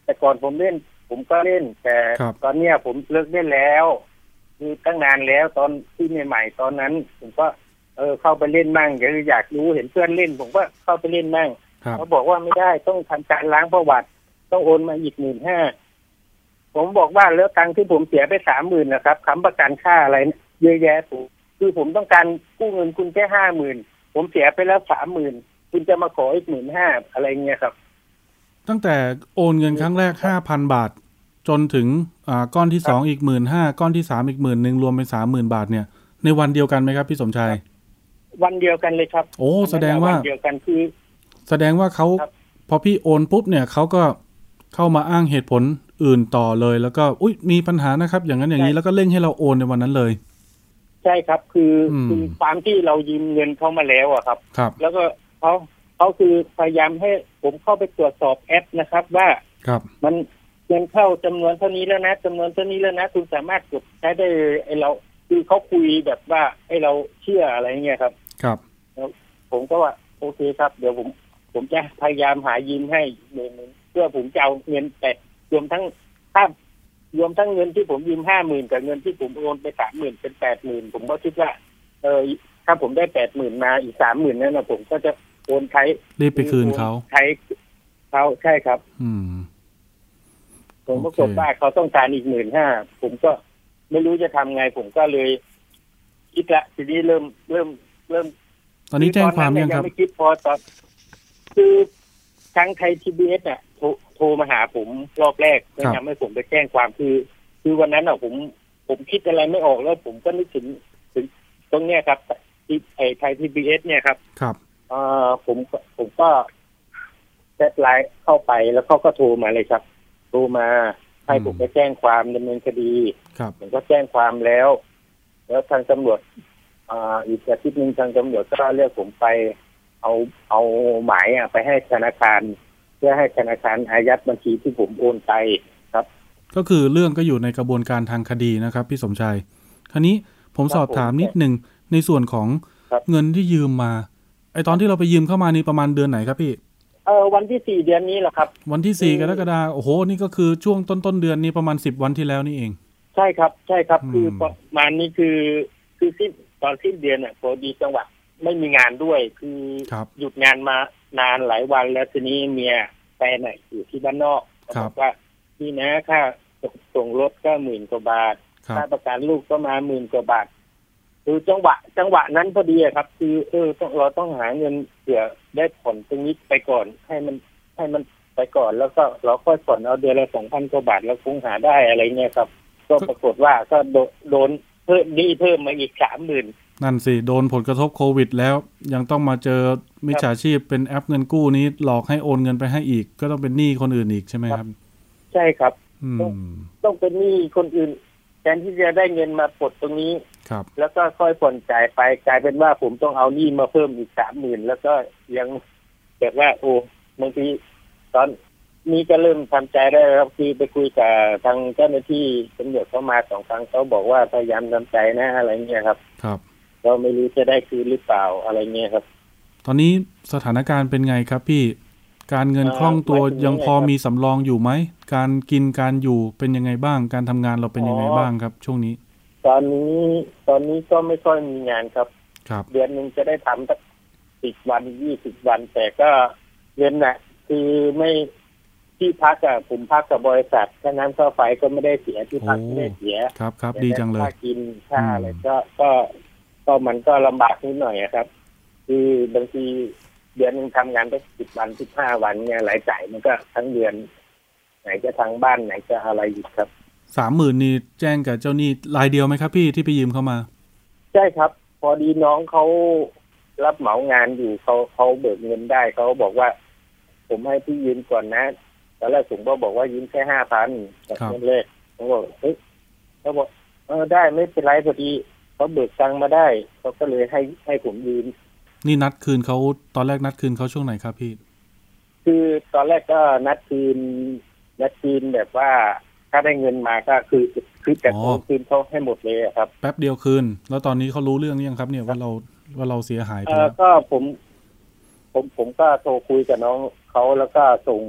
แต่ก่อนผมเล่นผมก็เล่นแต่ตอนเนี้ยผมเลิกเล่นแล้วคือตั้งนานแล้วตอนที่ใหม่ๆตอนนั้นผมก็เออเข้าไปเล่นมั่งอยากรู้เห็นเพื่อนเล่นผมก็เข้าไปเล่นมั่งเขาบอกว่าไม่ได้ต้องทำการล้างประวัติต้องโอนมาอีกหมื่นห้าผมบอกว่าแล้วตังค์ที่ผมเสียไปสามหมื่นนะครับค้ำประกันค่าอะไรเยอะแยะผมคือผมต้องการกู้เงินคุณแค่ห้าหมื่นผมเสียไปแล้วสามหมื่นคุณจะมาขออีกหมื่นห้าอะไรเงี้ยครับตั้งแต่โอนเงินครั้งแรกห้าพันบาทจนถึงอ่าก้อนที่สองอีกหมื่นห้าก้อนที่สามอีกหมื่นหนึ่งรวมเป็นสามหมื่นบาทเนี่ยในวันเดียวกันไหมครับพี่สมชายวันเดียวกันเลยครับโอ้แสดงว่าวันเดียวกันคือแสดงว่าเขาพอพี่โอนปุ๊บเนี่ยเขาก็เข้ามาอ้างเหตุผลอื่นต่อเลยแล้วก็อุ๊ยมีปัญหานะครับอย่างนั้นอย่างนี้แล้วก็เร่งให้เราโอนในวันนั้นเลยใช่ครับคือคือความที่เรายืมเงินเขามาแล้วอะครับครับแล้วก็เขาเขาคือพยายามให้ผมเข้าไปตรวจสอบแอปนะครับว่าครับมันเงินเข้าจำนวนเท่านี้แล้วนะจำนวนเท่านี้แล้วนะคุณสามารถกดใช้ได้ไอเราคือเขาคุยแบบว่าให้เราเชื่ออะไรเงี้ยครับครับแล้วผมก็ว่าโอเคครับเดี๋ยวผมผมจะพยายามหายืมให้เงินเพื่อผมจะเอาเงินแต่รวมทั้งค่ารวมทั้งเงินที่ผมยืมห้าหมื่นกับเงินที่ผมโอนไปสามหมื่นเป็นแปดหมื่นผมก็คิดว่าเออถ้าผมได้แปดหมื่นมาอีกสามหมื่นนั่นนะผมก็จะโอนใช้รีบไปคืนเขาใช้เขาใช่ครับอืมผมก็กดว่าเขาต้องการอีกหมื่นห้าผมก็ไม่รู้จะทำไงผมก็เลยคิดละทีนี้เริ่มเริ่มเริ่มตอนนี้แจ้งความยังครับไม่คิดพอตอนคือทางไทย ที บี เอส เนี่ยโทรโทรมาหาผมรอบแรกแนะนำให้ผมไปแจ้งความคือคือวันนั้นอ่ะผมผมคิดอะไรไม่ออกแล้วผมก็นึกถึงถึงตรงเนี้ยครับที่ไอ้ไทย ที บี เอส เนี่ยครับครับเอ่อผมผมก็แชทไลน์เข้าไปแล้วเขาก็โทรมาเลยครับโทรมาให้ผมไปแจ้งความดำเนินคดีผมก็แจ้งความแล้วแล้วทางตำรวจอ่าอีกอาทิตย์นึงทางตำรวจก็เรียกผมไปเอาเอาหมายอ่ะไปให้ธนาคารเพื่อให้ธนาคารอายัดบัญชีที่ผมโอนไปครับก็คือเรื่องก็อยู่ในกระบวนการทางคดีนะครับพี่สมชายคราวนี้ผมสอบถามนิดนึงในส่วนของเงินที่ยืมมาไอตอนที่เราไปยืมเข้ามานี่ประมาณเดือนไหนครับพี่เออวันที่สี่เดือนนี้แหละครับวันที่สี่กรกฎาคมโอ้โหนี่ก็คือช่วงต้นต้นเดือนนี้ประมาณสิบวันที่แล้วนี่เองใช่ครับใช่ครับคือประมาณนี้คือคือสิ้นตอนสิ้นเดือนอ่ะพอดีจังหวะไม่มีงานด้วยคือหยุดงานมานานหลายวันแล้วทีนี้เมียแฟนน่ะอยู่ที่บ้านนอกบอกว่านี่นะค่าส่งรถก็หมื่นกว่าบาทค่าประกันลูกก็มาหมื่นกว่าบาทคือจังหวะจังหวะนั้นพอดีครับคือเออต้องเราต้องหาเงินเผื่อได้ผ่อนตรงนี้ไปก่อนให้มันให้มันไปก่อนแล้วก็เราค่อยผ่อนเอาเดือนละสองพันกว่าบาทแล้วคงหาได้อะไรเงี้ยครับก็ปรากฏว่าก็โดนเพิ่มหนี้เพิ่มมาอีกสามหมื่นนั่นสิโดนผลกระทบโควิดแล้วยังต้องมาเจอมิจฉาชีพเป็นแอปเงินกู้นี้หลอกให้โอนเงินไปให้อีกก็ต้องเป็นหนี้คนอื่นอีกใช่ไหมครับใช่ครับต้องต้องเป็นหนี้คนอื่นแทนที่จะได้เงินมาปลดตรงนี้ครับแล้วก็ค่อยผ่อนจ่ายไปกลายเป็นว่าผมต้องเอาหนี้มาเพิ่มอีกสามหมื่นแล้วก็ยังแบบว่าโอ้บางทีตอนนี้ก็เริ่มทำใจได้ครับคือไปคุยกับทางเจ้าหน้าที่ตำรวจเข้ามาสองครั้งเขาบอกว่าพยายามทำใจนะอะไรเงี้ยครับครับก็ไม่รู้จะได้คืนหรือเปล่าอะไรเงี้ยครับตอนนี้สถานการณ์เป็นไงครับพี่การเงินคล่องตัวยังพอมีสำรองอยู่ไหมการกินการอยู่เป็นยังไงบ้างการทำงานเราเป็นยังไงบ้างครับช่วงนี้ตอนนี้ตอนนี้ก็ไม่ค่อยมีงานครับครับเดือนนึงจะได้ทำสักสิบวันยี่สิบวันแต่ก็เงินน่ะคือไม่ที่พักอะผมพักกับบริษัทค่าน้ำค่าไฟก็ไม่ได้เสียที่พักไม่ได้เสียครับครับดีจังเลยค่ากินค่าอะไรก็ก็ก็มันก็ลำบากนิดหน่อยครับคือบางทีเดือนนึงทำงานได้สิบวันสิบห้าวันเนี่ยรายจ่ายมันก็ทั้งเดือนไหนจะทางบ้านไหนจะอะไรอีกครับสามหมื่นนี่แจ้งกับเจ้าหนี้รายเดียวไหมครับพี่ที่ไปยืมเข้ามาใช่ครับพอดีน้องเขารับเหมางานอยู่เขาเขาเบิกเงินได้เขาบอกว่าผมให้พี่ยืมก่อนนะตอนแรกผมก็บอกว่ายืมแค่ห้าพันจากเงินเลยผมบอกเฮ้ยเขาบอกเออได้ไม่เป็นไรพอดีเขาเบิกตังค์มาได้เขาก็เลยให้ให้ผมยืมนี่นัดคืนเขาตอนแรกนัดคืนเขาช่วงไหนครับพี่คือตอนแรกก็นัดคืนนัดคืนแบบว่าถ้าได้เงินมาก็คือคือแต่คืนเขาให้หมดเลยครับแป๊บเดียวคืนแล้วตอนนี้เขารู้เรื่องยังครับเนี่ยว่าเราว่าเราเสียหายไปแล้วก็ผมผมผมก็โทรคุยกับน้องเขาแล้วก็ส่ง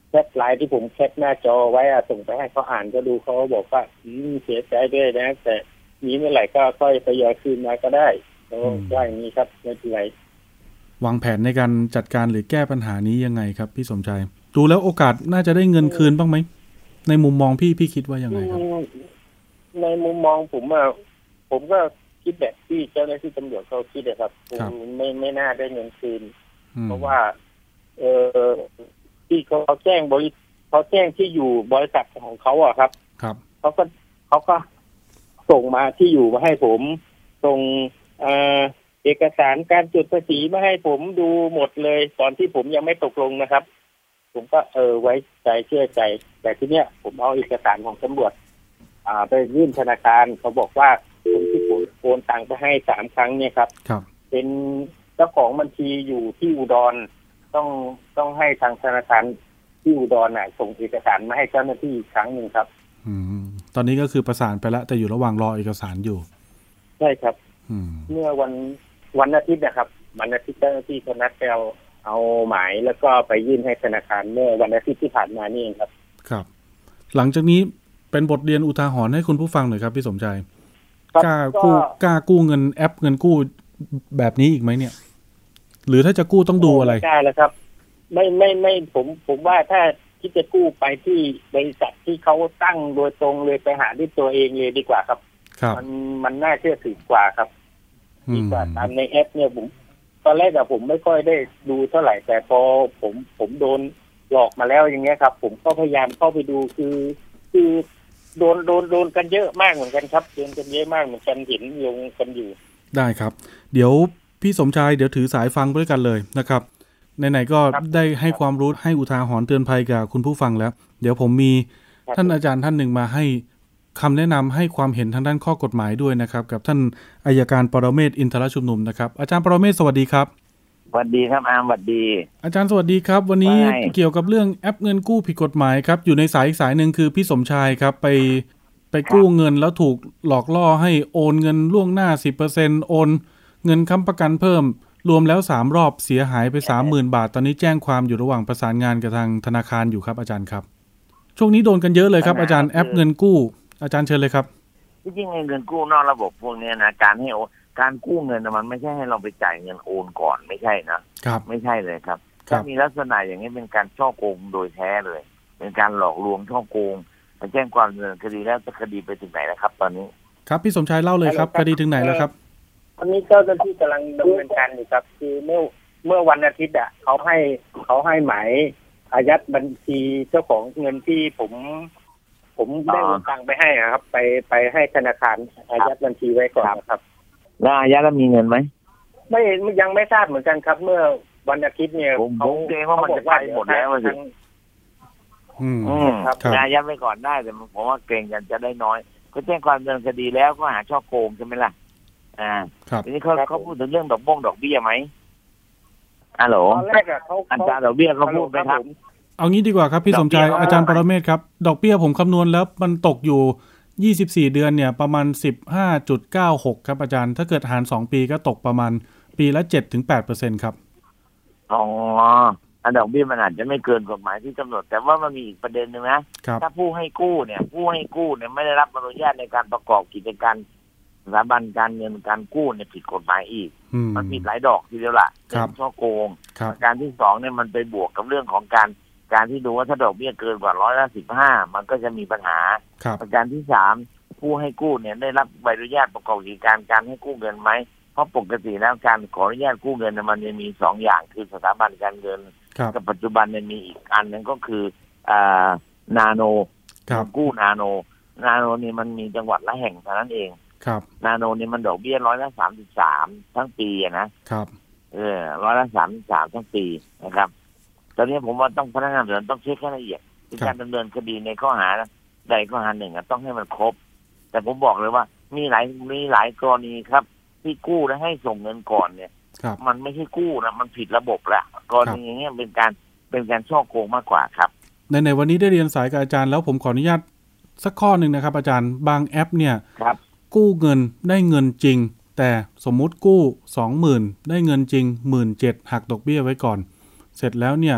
แคปไลน์ที่ผมแคปหน้าจอไว้อะส่งไปให้เขาอ่านก็ดูเขาบอกว่าอืมเสียใจด้วยนะแต่มีเมื่อไหร่ก็ค่อยทยอยคืนมาก็ได้โอ้ว่าอย่างนี้ครับไม่เป็นไรวางแผนในการจัดการหรือแก้ปัญหานี้ยังไงครับพี่สมใจดูแล้วโอกาสน่าจะได้เงินคืนบ้างไหมในมุมมองพี่พี่คิดว่ายังไงครับในมุมมองผมอะผมก็คิดแบบที่เจ้าหน้าที่ตำรวจเขาคิดนะครับผมไม่ไม่น่าได้เงินคืนเพราะว่าเออที่เขาแจ้งบริเขาแจ้งที่อยู่บริษัทของเขาอะครับครับเขาก็เขาก็ส่งมาที่อยู่มาให้ผมส่งเอ่อเอกสารการจดภาษีมาให้ผมดูหมดเลยตอนที่ผมยังไม่ตกลงนะครับผมก็เออไว้ใจเชื่อใจแต่ทีเนี้ยผมเอาเอกสารของตำรวจอ่าไปยื่นธนาคารเขาบอกว่าคนที่ผมโอนตังไปให้สามครั้งเนี่ยครับครับเป็นเจ้าของบัญชีอยู่ที่อุดรต้องต้องให้ทางธนาคารที่อุดรน่ะส่งเอกสารมาให้เจ้าหน้าที่อีกครั้งหนึ่งครับอืมตอนนี้ก็คือประสานไปแล้วแต่อยู่ระหว่างรอเอกสารอยู่ใช่ครับอืมเมื่อวันวันอาทิตย์นะครับวันอาทิตย์เจ้าหน้าที่เขานัดไปเอาเอาหมายแล้วก็ไปยื่นให้ธนาคารเมื่อวันอาทิตย์ที่ผ่านมานี่เองครับครับหลังจากนี้เป็นบทเรียนอุทาหรณ์ให้คุณผู้ฟังหน่อยครับพี่สมใจกล้ากู้กล้ากู้เงินแอปเงินกู้แบบนี้อีกไหมเนี่ยหรือถ้าจะกู้ต้องดูอะไรได้แล้วครับไม่ไม่ไม่ผมผมว่าถ้าคิดจะกู้ไปที่บริษัทที่เขาตั้งโดยตรงเลยไปหาด้วยตัวเองเลยดีกว่าครับมันมันน่าเชื่อถือกว่าครับดีกว่าตามในแอปเนี่ยผมตอนแรกอะผมไม่ค่อยได้ดูเท่าไหร่แต่พอผมผมโดนหลอกมาแล้วอย่างเงี้ยครับผมก็พยายามเข้าไปดูคือคือโดนโดนโดนกันเยอะมากเหมือนกันครับโดนกันเยอะมากเหมือนกันเห็นลงกันอยู่ได้ครับเดี๋ยวพี่สมชายเดี๋ยวถือสายฟังด้วยกันเลยนะครับไหนๆก็ได้ให้ความรู้ให้อุทาหรณ์เตือนภัยกับคุณผู้ฟังแล้วเดี๋ยวผมมีท่านอาจารย์ท่านหนึ่งมาให้คำแนะนำให้ความเห็นทางด้านข้อกฎหมายด้วยนะครับกับท่านอัยการปรเมศวร์อินทรชุมนุมนะครับอาจารย์ปรเมศวร์สวัสดีครับสวัสดีครับอาร์มสวัสดีอาจารย์สวัสดีครับวันนี้เกี่ยวกับเรื่องแอปเงินกู้ผิดกฎหมายครับอยู่ในสายอีกสายนึงคือพี่สมชายครับไปไปกู้เงินแล้วถูกหลอกล่อให้โอนเงินล่วงหน้า สิบเปอร์เซ็นต์ โอนเงินค้ำประกันเพิ่มรวมแล้วสามรอบเสียหายไป สามหมื่น บาทตอนนี้แจ้งความอยู่ระหว่างประสานงานกับทางธนาคารอยู่ครับอาจารย์ครับช่วงนี้โดนกันเยอะเลยครับอาจารย์แอปเงินกู้อาจารย์เชิญเลยครับที่จริงเงินกู้นอกระบบพวกนี้นะการให้การกู้เงินมันไม่ใช่ให้เราไปจ่ายเงินโอนก่อนไม่ใช่นะครับไม่ใช่เลยครับถ้ามีลักษณะอย่างนี้เป็นการฉ้อโกงโดยแท้เลยเป็นการหลอกลวงฉ้อโกงมาแจ้งความดำเนินคดีแล้วคดีไปถึงไหนแล้วครับตอนนี้ครับพี่สมชายเล่าเลยครับคดีถึงไหนแล้วครับตอนนี้เจ้าหน้าที่กำลังดำเนินการอยู่ครับคือเมื่อเมื่อวันอาทิตย์อ่ะเขาให้เขาให้หมายอายัดบัญชีเจ้าของเงินที่ผมผมได้โอนตังไปให้ครับไปไปให้ธนาคารอายัดบัญชีไว้ก่อนครับแล้วอายัดแล้วมีเงินไหมไม่ยังไม่ทราบเหมือนกันครับเมื่อวันอาทิตย์เนี่ยเขาเกรงว่ามันจะไปหมดแล้วสิอืมครับอายัดไว้ก่อนได้แต่ผมว่าเกรงกันจะได้น้อยก็แจ้งความดำเนินคดีแล้วก็หาช่อโกงใช่ไหมล่ะอ่าทีนี้เขาเขาพูดถึงเรื่องดอกบ้งดอกเบี้ยไหมฮัลโหลตอนแรกอะเขาอัตราดอกเบี้ยเขาพูดไหมครับเอางี้ดีกว่าครับพี่สมชายอาจารย์ปรเมศวร์ครับดอกเบี้ยผมคำนวณแล้วมันตกอยู่ยี่สิบสี่เดือนเนี่ยประมาณ สิบห้าจุดเก้าหก ครับอาจารย์ถ้าเกิดหารสองปีก็ตกประมาณปีละ เจ็ดถึงแปดเปอร์เซ็นต์ ครับอ๋ออันดอกเบี้ยมันอาจจะไม่เกินกฎหมายที่กำหนดแต่ว่ามันมีอีกประเด็นนึงนะถ้าผู้ให้กู้เนี่ยผู้ให้กู้เนี่ยไม่ได้รับอนุญาตในการประกอบกิจการสถาบันการเงินการกู้เนี่ยผิดกฎหมายอีกมันผิดหลายดอกทีเดียวล่ะเป็นช่อโกงการที่สองเนี่ยมันไปบวกกับเรื่องของการการที่ดูว่าถ้าดอกเบี้ยเกินกว่าร้อยละสิบห้ามันก็จะมีปัญหาประการที่สามผู้ให้กู้เนี่ยได้รับใบอนุญาตประกอบกิจการการให้กู้เงินไหมเพราะปกติแล้วการขออนุญาตกู้เงินมันจะมีสองอย่างคือสถาบันการเงินกับปัจจุบันเนี่ยมีอีกอันนึงก็คืออ่านาโนกู้นาโนนาโนนี่มันมีจังหวัดละแห่งเท่านั้นเองนาโนนี่มันดอกเบี้ยร้อยละสามสิบสามทั้งปีนะครับเออร้อยละสามสิบสามทั้งปีนะครับตอนนี้ผมว่าต้องพนักงานสอบสวนต้องเช็คให้ละเอียดในการดำเนินคดีในข้อหาใดข้อหาหนึ่งต้องให้มันครบแต่ผมบอกเลยว่ามีหลายมีหลายกรณีครับที่กู้แล้วให้ส่งเงินก่อนเนี่ยมันไม่ใช่กู้นะมันผิดระบบละกรณีอย่างเงี้ยเป็นการเป็นการฉ้อโกงมากกว่าครับในในวันนี้ได้เรียนสายกับอาจารย์แล้วผมขออนุญาตสักข้อหนึ่งนะครับอาจารย์บางแอปเนี่ยกู้เงินได้เงินจริงแต่สมมุติกู้ สองหมื่น ได้เงินจริง หนึ่งหมื่นเจ็ดพัน หักดอกเบี้ยไว้ก่อนเสร็จแล้วเนี่ย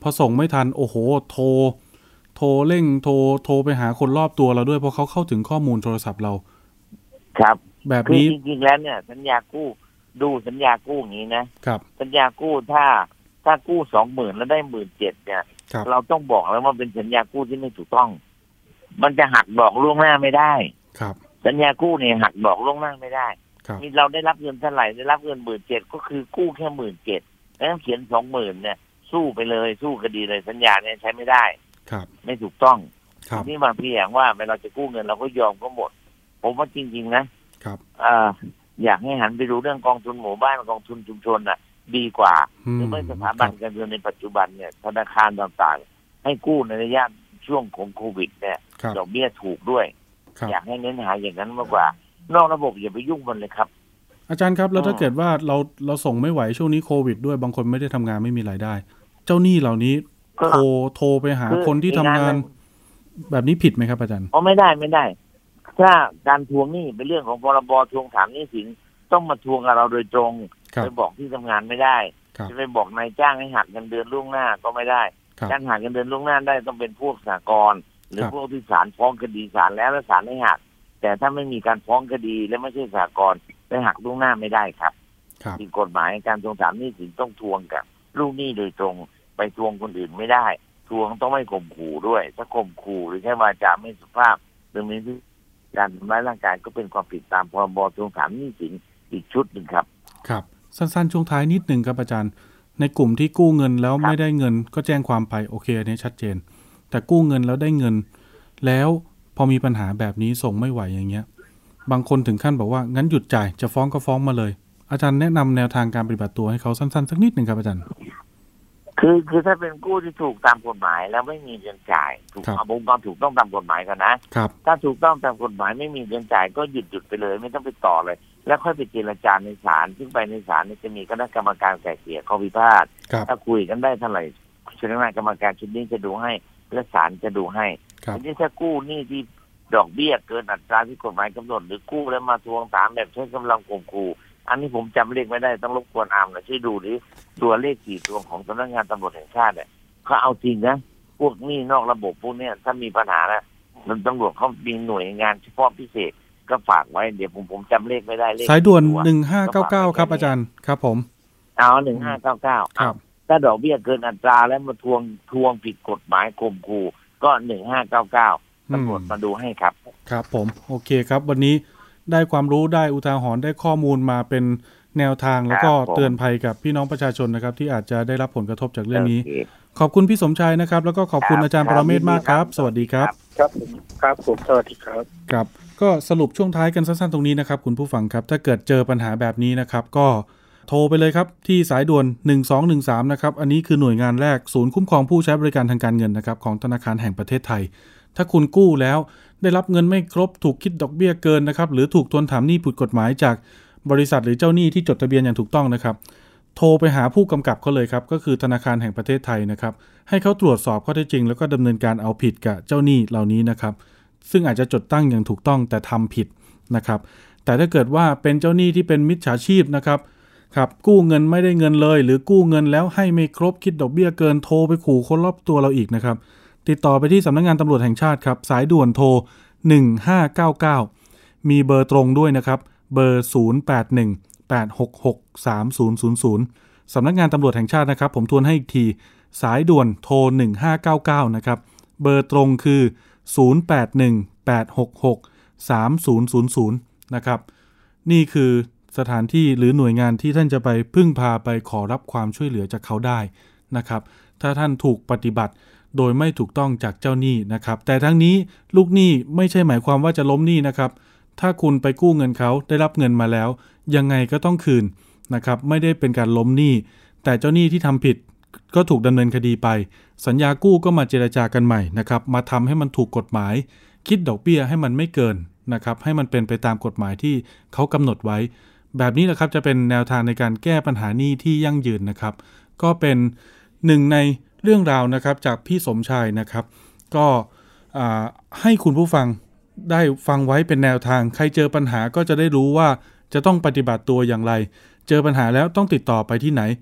พอส่งไม่ทันโอ้โหโทรโทรเร่งโทรโทรไปหาคนรอบตัวเราด้วยเพราะเขาเข้าถึงข้อมูลโทรศัพท์เราครับแบบนี้จริงๆแล้วเนี่ยสัญญากู้ดูสัญญากู้อย่างนี้นะครับสัญญากู้ถ้าถ้ากู้สองหมื่นแล้วได้หมื่นเจ็ดเนี่ยเราต้องบอกแล้วว่าเป็นสัญญากู้ที่ไม่ถูกต้องมันจะหักดอกล่วงหน้าไม่ได้ครับสัญญากู้เนี่ยหักดอกล่วงหน้าไม่ได้มีเราได้รับเงินเท่าไหร่ได้รับเงินหมื่นเจ็ดก็คือกู้แค่หมื่นเจ็ดแล้วเขียนสองหมื่นเนี่ยสู้ไปเลยสู้คดีเลยสัญญาเนี่ยใช้ไม่ได้ครับไม่ถูกต้องนี่บางทีอย่างว่าเวลาจะกู้เงินเราก็ยอมก็หมดผมว่าจริงๆนะครับอ่าอยากให้หันไปดูเรื่องกองทุนหมู่บ้านกองทุนชุมชนน่ะดีกว่าหรือไม่สถาบันการเงินในปัจจุบันเนี่ยธนาคารต่างๆให้กู้ในระยะช่วงของโควิดเนี่ยดอกเบี้ยถูกด้วยอยากให้เน้นหาอย่างนั้นมากกว่านอกระบบอย่าไปยุ่งมันเลยครับอาจารย์ครับแล้วถ้าเกิดว่าเราเราส่งไม่ไหวช่วงนี้โควิดด้วยบางคนไม่ได้ทำงานไม่มีรายได้เจ้าหนี้เหล่านี้โทรโทรไปหาคนที่ทำงานแบบนี้ผิดไหมครับอาจารย์อ๋อไม่ได้ไม่ได้ถ้าการทวงหนี้เป็นเรื่องของพรบทวงถามหนี้สินต้องมาทวงกับเราโดยตรงไปบอกที่ทำงานไม่ได้จะไปบอกนายจ้างให้หักเงินเดือนล่วงหน้าก็ไม่ได้การหักเงินเดือนล่วงหน้าได้ต้องเป็นพวกสหกรณ์หรือพวกที่ศาลฟ้องคดีศาลแล้วแล้วศาลให้หักแต่ถ้าไม่มีการฟ้องคดีและไม่ใช่สหกรณ์ไปหักล่วงหน้าไม่ได้ครับที่กฎหมายการทวงถามหนี้สินต้องทวงกับลูกหนี้โดยตรงไปทวงคนอื่นไม่ได้ทวงต้องไม่ข่มขู่ด้วยถ้าข่มขู่หรือแค่วาจาไม่สุภาพหรือมีการทำร้ายร่างกายก็เป็นความผิดตามพรบทวงถามหนี้สินอีกชุดหนึ่งครับครับสั้นๆช่วงท้ายนิดนึงครับอาจารย์ในกลุ่มที่กู้เงินแล้วไม่ได้เงินก็แจ้งความไปโอเคอันนี้ชัดเจนแต่กู้เงินแล้วได้เงินแล้วพอมีปัญหาแบบนี้ส่งไม่ไหวอย่างเงี้ยบางคนถึงขั้นบอกว่างั้นหยุดจ่ายจะฟ้องก็ฟ้องมาเลยอาจารย์แนะนำแนวทางการปฏิบัติตัวให้เขาสั้นๆสักนิดนึงครับอาจารย์คือคือถ้าเป็นกู้ที่ถูกตามกฎหมายแล้วไม่มีเงินจ่ายถูกเอาองค์กรถูกต้องตามกฎหมายกันนะครับถ้าถูกต้องตามกฎหมายไม่มีเงินจ่ายก็หยุดหยุดไปเลยไม่ต้องไปต่อเลยแล้วค่อยไปเจรจาในศาลซึ่งไปในศาลจะมีคณะกรรมการไกล่เกลี่ยข้อพิพาทถ้าคุยกันได้เท่าไหร่คณะกรรมการชุดนี้จะดูให้และศาลจะดูให้ทีนี้ถ้ากู้หนี้ที่ดอกเบี้ยเกินอัตราที่กฎหมายกำหนดหรือกู้แล้วมาทวงถามแบบใช้กำลังข่มขู่อันนี้ผมจำเลขไม่ได้ต้องรบกวนอามนะช่วยดูดิตัวเลขสี่ตัวของสำนักงานตำรวจแห่งชาติเนี่ยเขาเอาจริงนะพวกหนี้นอกระบบพวกนี้ถ้ามีปัญหานะมันตำรวจเขามีหน่วยงานเฉพาะพิเศษก็ฝากไว้เดี๋ยวผมผมจำเลขไม่ได้เลขสายด่วนหนึ่งห้าเก้าเก้าครับอาจารย์ครับผมเอาหนึ่งห้าเก้าเก้าครับถ้าดอกเบี้ยเกินอัตราแล้วมาทวงทวงผิดกฎหมายข่มขู่ก็หนึ่งห้าเก้าเก้าตำรวจมาดูให้ครับครับผมโอเคครับวันนี้ได้ความรู้ได้อุทาหรณ์ได้ข้อมูลมาเป็นแนวทางแล้วก็เตือนภัยกับพี่น้องประชาชนนะครับที่อาจจะได้รับผลกระทบจากเรื่องนี้ขอบคุณพี่สมชายนะครับแล้วก็ขอบคุณอาจารย์ปรเมศมากครับสวัสดีครับครับครับผมสวัสดีครับครับก็สรุปช่วงท้ายกันสั้นๆตรงนี้นะครับคุณผู้ฟังครับถ้าเกิดเจอปัญหาแบบนี้นะครับก็โทรไปเลยครับที่สายด่วนหนึ่งสองหนึ่งสามนะครับอันนี้คือหน่วยงานแรกศูนย์คุ้มครองผู้ใช้บริการทางการเงินนะครับของธนาคารแห่งประเทศไทยถ้าคุณกู้แล้วได้รับเงินไม่ครบถูกคิดดอกเบี้ยเกินนะครับหรือถูกทวงถามหนี้ผิดกฎหมายจากบริษัทหรือเจ้าหนี้ที่จดทะเบียนอย่างถูกต้องนะครับโทรไปหาผู้กำกับเขาเลยครับก็คือธนาคารแห่งประเทศไทยนะครับให้เขาตรวจสอบข้อเท็จจริงแล้วก็ดำเนินการเอาผิดกับเจ้าหนี้เหล่านี้นะครับซึ่งอาจจะจดตั้งอย่างถูกต้องแต่ทำผิดนะครับแต่ถ้าเกิดว่าเป็นเจ้าหนี้ที่เป็นมิจฉาชีพนะครับครับกู้เงินไม่ได้เงินเลยหรือกู้เงินแล้วให้ไม่ครบคิดดอกเบี้ยเกินโทรไปขู่คนรอบตัวเราอีกนะครับติดต่อไปที่สำนักงานตำรวจแห่งชาติครับสายด่วนโทรหนึ่งห้าเก้าเก้ามีเบอร์ตรงด้วยนะครับเบอร์ศูนย์ แปด หนึ่ง แปด หก หก สาม ศูนย์ ศูนย์ ศูนย์สำนักงานตำรวจแห่งชาตินะครับผมทวนให้อีกทีสายด่วนโทรหนึ่งห้าเก้าเก้านะครับเบอร์ตรงคือศูนย์ แปด หนึ่ง แปด หก หก สาม ศูนย์ ศูนย์ ศูนย์นะครับนี่คือสถานที่หรือหน่วยงานที่ท่านจะไปพึ่งพาไปขอรับความช่วยเหลือจากเขาได้นะครับถ้าท่านถูกปฏิบัติโดยไม่ถูกต้องจากเจ้าหนี้นะครับแต่ทั้งนี้ลูกหนี้ไม่ใช่หมายความว่าจะล้มหนี้นะครับถ้าคุณไปกู้เงินเขาได้รับเงินมาแล้วยังไงก็ต้องคืนนะครับไม่ได้เป็นการล้มหนี้แต่เจ้าหนี้ที่ทำผิดก็ถูกดำเนินคดีไปสัญญากู้ก็มาเจรจากันใหม่นะครับมาทำให้มันถูกกฎหมายคิดดอกเบี้ยให้มันไม่เกินนะครับให้มันเป็นไปตามกฎหมายที่เขากำหนดไว้แบบนี้แหละครับจะเป็นแนวทางในการแก้ปัญหาหนี้ที่ยั่งยืนนะครับก็เป็นหนึ่งในเรื่องราวนะครับจากพี่สมชายนะครับก็ให้คุณผู้ฟังได้ฟังไว้เป็นแนวทางใครเจอปัญหาก็จะได้รู้ว่าจะต้องปฏิบัติตัวอย่างไรเจอปัญหาแล้วต้องติดต่อไปที่ไหน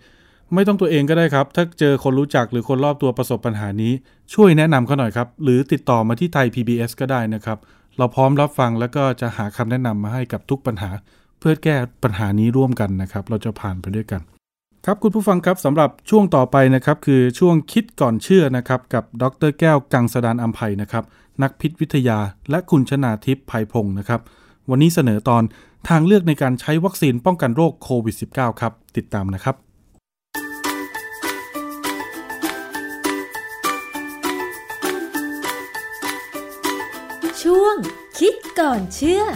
ไม่ต้องตัวเองก็ได้ครับถ้าเจอคนรู้จักหรือคนรอบตัวประสบปัญหานี้ช่วยแนะนำเขาหน่อยครับหรือติดต่อมาที่ไทย พี บี เอส ก็ได้นะครับเราพร้อมรับฟังแล้วก็จะหาคำแนะนำมาให้กับทุกปัญหาเพื่อแก้ปัญหานี้ร่วมกันนะครับเราจะผ่านไปด้วยกันครับคุณผู้ฟังครับสำหรับช่วงต่อไปนะครับคือช่วงคิดก่อนเชื่อนะครับกับดร.แก้วกังสดาลอำไพนะครับนักพิษวิทยาและคุณชนาทิพย์ไพพงศ์นะครับวันนี้เสนอตอนทางเลือกในการใช้วัคซีนป้องกันโรคโควิด สิบเก้า ครับติดตามนะครับช่วงคิดก่อนเชื่อ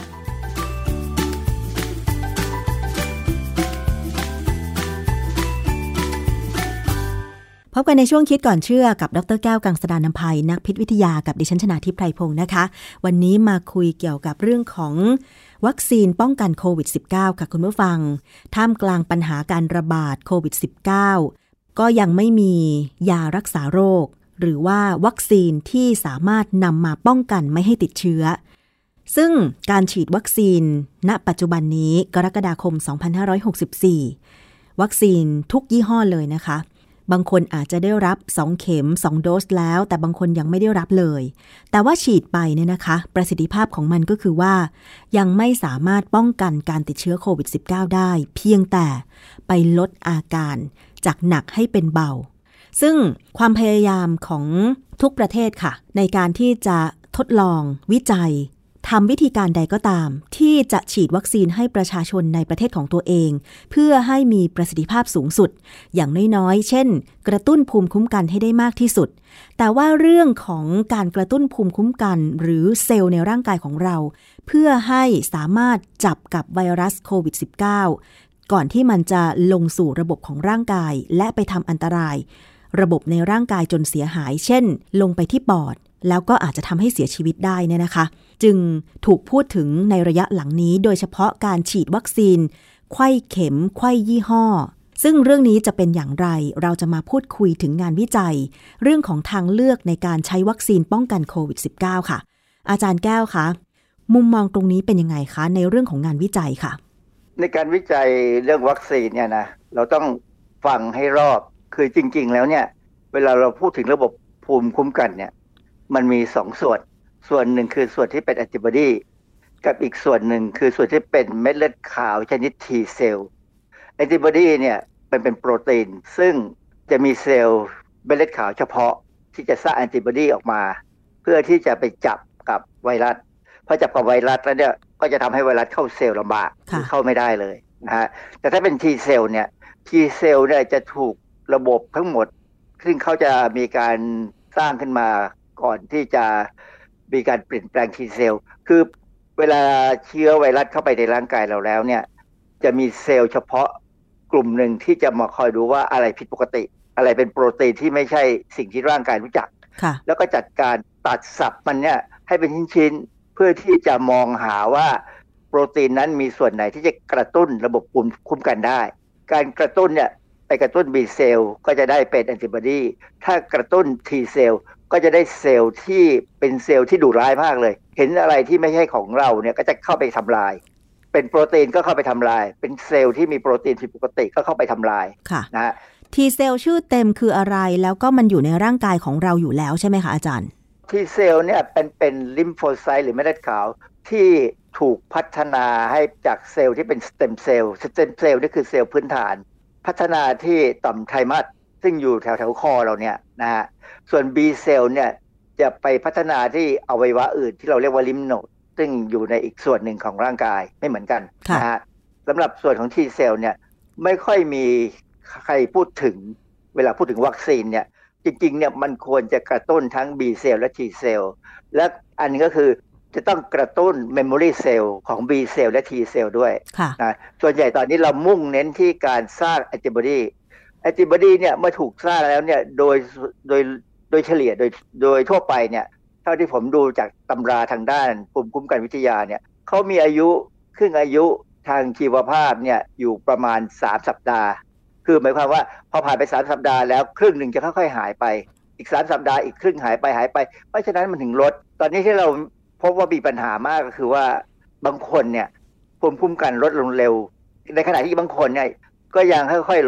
พบกันในช่วงคิดก่อนเชื่อกับดร.แก้วกังสดาลอำไพนักพิษวิทยากับดิฉันชนาทิพย์ไพพงศ์นะคะวันนี้มาคุยเกี่ยวกับเรื่องของวัคซีนป้องกันโควิด สิบเก้า ค่ะคุณผู้ฟังท่ามกลางปัญหาการระบาดโควิด สิบเก้า ก็ยังไม่มียารักษาโรคหรือว่าวัคซีนที่สามารถนำมาป้องกันไม่ให้ติดเชื้อซึ่งการฉีดวัคซีนณปัจจุบันนี้กรกฎาคมสองพันห้าร้อยหกสิบสี่วัคซีนทุกยี่ห้อเลยนะคะบางคนอาจจะได้รับสองเข็มสองโดสแล้วแต่บางคนยังไม่ได้รับเลยแต่ว่าฉีดไปเนี่ยนะคะประสิทธิภาพของมันก็คือว่ายังไม่สามารถป้องกันการติดเชื้อโควิด สิบเก้า ได้เพียงแต่ไปลดอาการจากหนักให้เป็นเบาซึ่งความพยายามของทุกประเทศค่ะในการที่จะทดลองวิจัยทำวิธีการใดก็ตามที่จะฉีดวัคซีนให้ประชาชนในประเทศของตัวเองเพื่อให้มีประสิทธิภาพสูงสุดอย่างน้อยๆเช่นกระตุ้นภูมิคุ้มกันให้ได้มากที่สุดแต่ว่าเรื่องของการกระตุ้นภูมิคุ้มกันหรือเซลล์ในร่างกายของเราเพื่อให้สามารถจับกับไวรัสโควิด สิบเก้า ก่อนที่มันจะลงสู่ระบบของร่างกายและไปทำอันตรายระบบในร่างกายจนเสียหายเช่นลงไปที่ปอดแล้วก็อาจจะทำให้เสียชีวิตได้เนี่ยนะคะจึงถูกพูดถึงในระยะหลังนี้โดยเฉพาะการฉีดวัคซีนไข้เข็มไข้ยี่ห้อซึ่งเรื่องนี้จะเป็นอย่างไรเราจะมาพูดคุยถึงงานวิจัยเรื่องของทางเลือกในการใช้วัคซีนป้องกันโควิด สิบเก้า ค่ะอาจารย์แก้วคะมุมมองตรงนี้เป็นยังไงคะในเรื่องของงานวิจัยค่ะในการวิจัยเรื่องวัคซีนเนี่ยนะเราต้องฟังให้รอบคือจริงๆแล้วเนี่ยเวลาเราพูดถึงระบบภูมิคุ้มกันเนี่ยมันมีสองส่วนส่วนหนึ่งคือส่วนที่เป็นแอนติบอดีกับอีกส่วนหนึ่งคือส่วนที่เป็นเม็ดเลือดขาวชนิด T เซลล์แอนติบอดีเนี่ยเป็นเป็นโปรตีนซึ่งจะมีเซลล์เม็ดเลือดขาวเฉพาะที่จะสร้างแอนติบอดีออกมาเพื่อที่จะไปจับกับไวรัสพอจับกับไวรัสแล้วเนี่ยก็จะทำให้ไวรัสเข้าเซลล์ลำบากเข้าไม่ได้เลยนะฮะแต่ถ้าเป็น T เซลล์เนี่ย T เซลล์เนี่ยจะถูกระบบทั้งหมดซึ่งเขาจะมีการสร้างขึ้นมาก่อนที่จะมีการเปลี่ยนแปลง T เซลล์คือเวลาเชื้อไวรัสเข้าไปในร่างกายเราแล้วเนี่ยจะมีเซลล์เฉพาะกลุ่มหนึ่งที่จะมาคอยดูว่าอะไรผิดปกติอะไรเป็นโปรตีนที่ไม่ใช่สิ่งที่ร่างกายรู้จักแล้วก็จัดการตัดสับมันเนี่ยให้เป็นชิ้นๆเพื่อที่จะมองหาว่าโปรตีนนั้นมีส่วนไหนที่จะกระตุ้นระบบภูมิคุ้มกันได้การกระตุ้นเนี่ยไปกระตุ้น B เซลล์ก็จะได้เป็นแอนติบอดีถ้ากระตุ้น T เซลล์ก็จะได้เซลล์ที่เป็นเซลล์ที่ดุร้ายมากเลยเห็นอะไรที่ไม่ใช่ของเราเนี่ยก็จะเข้าไปทำลายเป็นโปรตีนก็เข้าไปทำลายเป็นเซลล์ที่มีโปรตีนผิดปกติก็เข้าไปทำลายนะฮะ T เซลล์ชื่อเต็มคืออะไรแล้วก็มันอยู่ในร่างกายของเราอยู่แล้วใช่ไหมคะอาจารย์ T เซลล์เนี่ยเป็นเป็นลิมโฟไซต์หรือเม็ดเลือดขาวที่ถูกพัฒนาให้จากเซลล์ที่เป็นสเต็มเซลล์สเต็มเซลล์นี่คือเซลล์พื้นฐานพัฒนาที่ต่อมไทมัสซึ่งอยู่แถวแถวคอเราเนี่ยนะฮะส่วน B เซลล์เนี่ยจะไปพัฒนาที่อวัยวะอื่นที่เราเรียกว่าลิมโนดซึ่งอยู่ในอีกส่วนหนึ่งของร่างกายไม่เหมือนกันนะฮะสำหรับส่วนของ T เซลล์เนี่ยไม่ค่อยมีใครพูดถึงเวลาพูดถึงวัคซีนเนี่ยจริงๆเนี่ยมันควรจะกระตุ้นทั้ง B เซลล์และ T เซลล์และอันนี้ก็คือจะต้องกระตุ้น memory cell ของ B เซลล์และ T เซลล์ด้วยนะส่วนใหญ่ตอนนี้เรามุ่งเน้นที่การสร้างแอนติบอดีแอนติบอดีเนี่ยเมื่อถูกสร้างแล้วเนี่ยโดยโดยโดยเฉลี่ยโดยโดยทั่วไปเนี่ยเท่าที่ผมดูจากตำราทางด้านภูมิคุ้มกันวิทยาเนี่ยเขามีอายุครึ่งอายุทางชีวภาพเนี่ยอยู่ประมาณสามสัปดาห์คือหมายความว่าพอผ่านไปสามสัปดาห์แล้วครึ่งหนึ่งจะค่อยๆหายไปอีกสามสัปดาห์อีกครึ่งหายไปหายไปเพราะฉะนั้นมันถึงลดตอนนี้ที่เราพบว่ามีปัญหามากก็คือว่าบางคนเนี่ยภูมิคุ้มกันลดลงเร็วในขณะที่บางคนเนี่ยก็ยังค่อยๆลด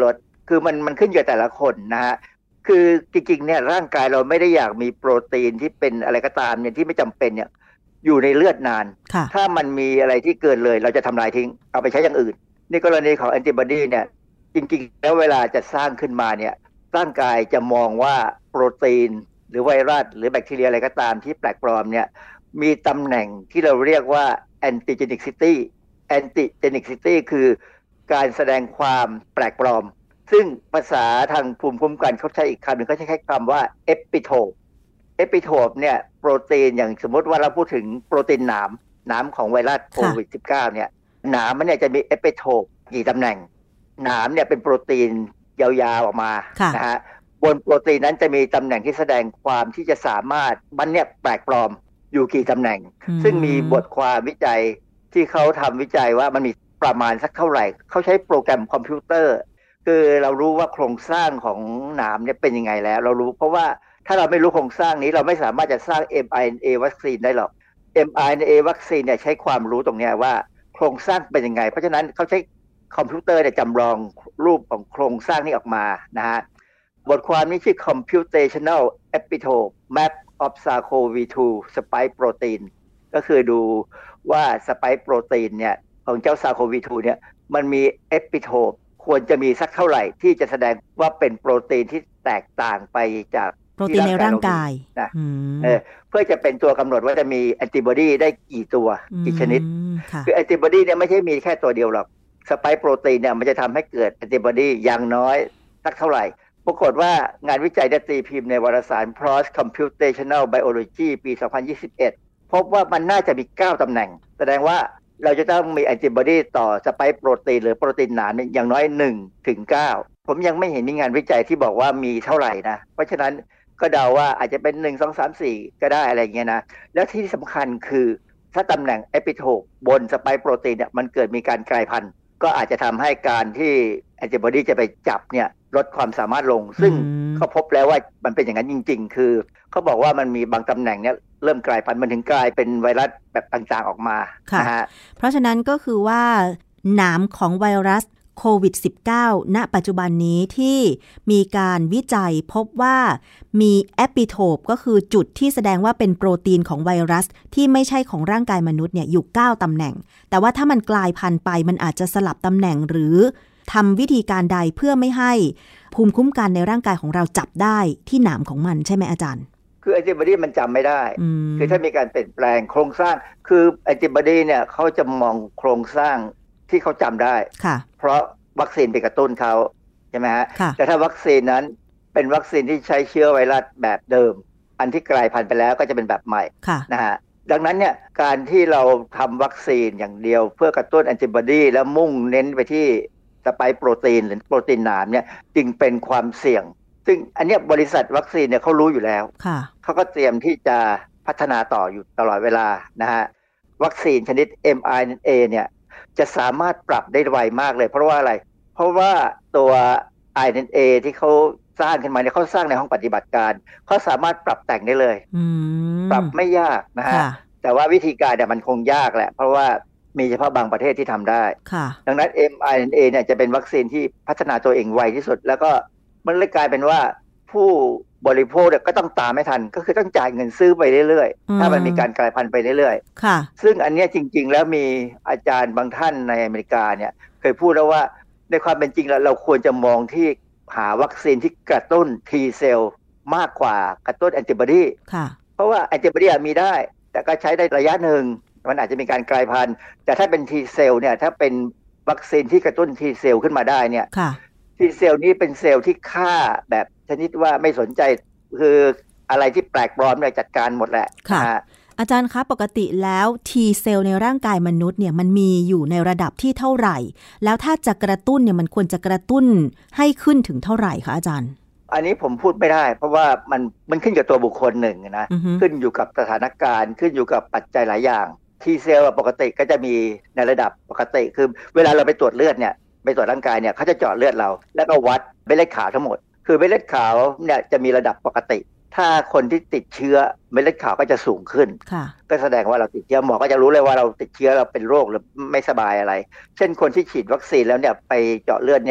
คือมันมันขึ้นอยู่กับแต่ละคนนะฮะคือจริงๆเนี่ยร่างกายเราไม่ได้อยากมีโปรตีนที่เป็นอะไรก็ตามเนี่ยที่ไม่จำเป็นเนี่ยอยู่ในเลือดนานถ้ามันมีอะไรที่เกินเลยเราจะทำลายทิ้งเอาไปใช้อย่างอื่นนี่กรณีของแอนติบอดีเนี่ยจริงๆแล้วเวลาจะสร้างขึ้นมาเนี่ยร่างกายจะมองว่าโปรตีนหรือไวรัสหรือแบคทีเรียอะไรก็ตามที่แปลกปลอมเนี่ยมีตำแหน่งที่เราเรียกว่า antigenicity antigenicity คือการแสดงความแปลกปลอมซึ่งภาษาทางภูมิคุ้มกันเขาใช้อีกคำหนึ่งเขาใช้แค่คำว่า epitope epitope เนี่ยโปรตีนอย่างสมมติว่าเราพูดถึงโปรตีนหนามหนามของไวรัสโควิด สิบเก้า เนี่ยหนามมันเนี่ยจะมี epitope กี่ตำแหน่งหนามเนี่ยเป็นโปรตีนยาวๆออกมานะฮะบนโปรตีนนั้นจะมีตำแหน่งที่แสดงความที่จะสามารถมันเนี่ยแปลกปลอมอยู่กี่ตำแหน่งซึ่งมีบทความวิจัยที่เขาทำวิจัยว่ามันมีประมาณสักเท่าไหร่เขาใช้โปรแกรมคอมพิวเตอร์คือเรารู้ว่าโครงสร้างของหนามเนี่ยเป็นยังไงแล้วเรารู้เพราะว่าถ้าเราไม่รู้โครงสร้างนี้เราไม่สามารถจะสร้าง เอ็ม ไอ เอ็น เอ วัคซีนได้หรอก เอ็ม ไอ เอ็น เอ วัคซีนเนี่ยใช้ความรู้ตรงนี้ว่าโครงสร้างเป็นยังไงเพราะฉะนั้นเขาใช้คอมพิวเตอร์เนี่ยจำลองรูปของโครงสร้างนี้ออกมานะฮะบทความนี้ชื่อ Computational Epitope Map of ซาร์โควี ทู Spike Protein ก็คือดูว่า Spike Protein เนี่ยของเจ้า ซาร์โควี ทู เนี่ยมันมี Epitope ควรจะมีสักเท่าไหร่ที่จะแสดงว่าเป็นโปรตีนที่แตกต่างไปจากโปรตีนในร่างกายนะเออเพื่อจะเป็นตัวกำหนดว่าจะมีแอนติบอดีได้กี่ตัวกี่ชนิดคือแอนติบอดีเนี่ยไม่ใช่มีแค่ตัวเดียวหรอกสไปค์โปรตีนเนี่ยมันจะทำให้เกิดแอนติบอดีอย่างน้อยสักเท่าไหร่ปรากฏว่างานวิจัยได้ตีพิมพ์ในวารสาร พี เอ เอส Computational Biology ปี สองพันยี่สิบเอ็ด พบว่ามันน่าจะมีเก้าตำแหน่งแสดงว่าเราจะต้องมีแอนติบอดีต่อสไปค์โปรตีนหรือโปรตีนหนามอย่างน้อยหนึ่งถึงเก้าผมยังไม่เห็นมีงานวิจัยที่บอกว่ามีเท่าไหร่นะเพราะฉะนั้นก็เดาว่าอาจจะเป็นหนึ่ง สอง สาม สี่ก็ได้อะไรอย่างเงี้ยนะแล้วที่สำคัญคือถ้าตำแหน่งเอพิโทปบนสไปค์โปรตีนเนี่ยมันเกิดมีการกลายพันธุ์ก็อาจจะทำให้การที่แอนติบอดีจะไปจับเนี่ยลดความสามารถลงซึ่งเขาพบแล้วว่ามันเป็นอย่างนั้นจริงๆคือเขาบอกว่ามันมีบางตำแหน่งเนี่ยเริ่มกลายพันธุ์มันถึงกลายเป็นไวรัสแบบต่างๆออกมานะฮะเพราะฉะนั้นก็คือว่าหนามของไวรัสโควิด สิบเก้า ณ ปัจจุบันนี้ที่มีการวิจัยพบว่ามีแอปิโทปก็คือจุดที่แสดงว่าเป็นโปรตีนของไวรัสที่ไม่ใช่ของร่างกายมนุษย์เนี่ยอยู่เก้าตำแหน่งแต่ว่าถ้ามันกลายพันธุ์ไปมันอาจจะสลับตำแหน่งหรือทำวิธีการใดเพื่อไม่ให้ภูมิคุ้มกันในร่างกายของเราจับได้ที่หนามของมันใช่ไหมอาจารย์คือแอนติบอดีมันจำไม่ได้คือถ้ามีการเปลี่ยนแปลงโครงสร้างคือแอนติบอดีเนี่ยเขาจะมองโครงสร้างที่เขาจำได้เพราะวัคซีนไปกระตุ้นเขาใช่ไหมฮะแต่ถ้าวัคซีนนั้นเป็นวัคซีนที่ใช้เชื้อไวรัสแบบเดิมอันที่กลายพันธุ์ไปแล้วก็จะเป็นแบบใหม่นะฮะดังนั้นเนี่ยการที่เราทำวัคซีนอย่างเดียวเพื่อกระตุ้นแอนติบอดีแล้วมุ่งเน้นไปที่สไปค์โปรตีนหรือโปรตีนหนามเนี่ยจึงเป็นความเสี่ยงซึ่งอันนี้บริษัทวัคซีนเนี่ยเขารู้อยู่แล้วเขาก็เตรียมที่จะพัฒนาต่ออยู่ตลอดเวลานะฮะวัคซีนชนิด เอ็ม ไอ เอ็น เอ เนี่ยจะสามารถปรับได้ไวมากเลยเพราะว่าอะไรเพราะว่าตัว อาร์ เอ็น เอ ที่เขาสร้างขึ้นมาเนี่ยเขาสร้างในห้องปฏิบัติการเขาสามารถปรับแต่งได้เลยปรับไม่ยากนะฮะแต่ว่าวิธีการเนี่ยมันคงยากแหละเพราะว่ามีเฉพาะบางประเทศที่ทำได้ดังนั้น เอ็ม ไอ เอ็น เอ เนี่ยจะเป็นวัคซีนที่พัฒนาตัวเองไวที่สุดแล้วก็มันเลยกลายเป็นว่าผู้บริโภคเนี่ยก็ต้องตามไม่ทันก็คือต้องจ่ายเงินซื้อไปเรื่อยๆถ้ามันมีการกลายพันธุ์ไปเรื่อยๆซึ่งอันนี้จริงๆแล้วมีอาจารย์บางท่านในอเมริกาเนี่ยเคยพูดแล้วว่าในความเป็นจริงแล้วเราควรจะมองที่หาวัคซีนที่กระตุ้น T เซลล์มากกว่ากระตุ้นแอนติบอดีเพราะว่าแอนติบอดีมีได้แต่ก็ใช้ได้ระยะหนึ่งมันอาจจะมีการกลายพันธุ์แต่ถ้าเป็น T เซลล์เนี่ยถ้าเป็นวัคซีนที่กระตุ้น T เซลล์ขึ้นมาได้เนี่ย T เซลล์นี้เป็นเซลล์ที่ฆ่าแบบชนิดว่าไม่สนใจคืออะไรที่แปลกปลอมเนี่ยจัดการหมดแหละค่ะอาจารย์คะปกติแล้ว T เซลล์ในร่างกายมนุษย์เนี่ยมันมีอยู่ในระดับที่เท่าไหร่แล้วถ้าจะกระตุ้นเนี่ยมันควรจะกระตุ้นให้ขึ้นถึงเท่าไหร่คะอาจารย์อันนี้ผมพูดไม่ได้เพราะว่ามันมันขึ้นกับตัวบุคคลหนึ่งนะ uh-huh. ขึ้นอยู่กับสถานการณ์ขึ้นอยู่กับปัจจัยหลายอย่าง T เซลล์ปกติก็จะมีในระดับปกติคือเวลาเราไปตรวจเลือดเนี่ยไปตรวจร่างกายเนี่ยเขาจะเจาะเลือดเราแล้วก็วัดเม็ดเลือดขาวทั้งหมดคือเม็ดเลือดขาวเนี่ยจะมีระดับปกติถ้าคนที่ติดเชื้อเม็ดเลือดขาวก็จะสูงขึ้นก็แสดงว่าเราติดเชื้อหมอก็จะรู้เลยว่าเราติดเชื้อเราเป็นโรคหรือไม่สบายอะไรเช่นคนที่ฉีดวัคซีนแล้วเนี่ยไปเจาะเลือดเนี่ยจ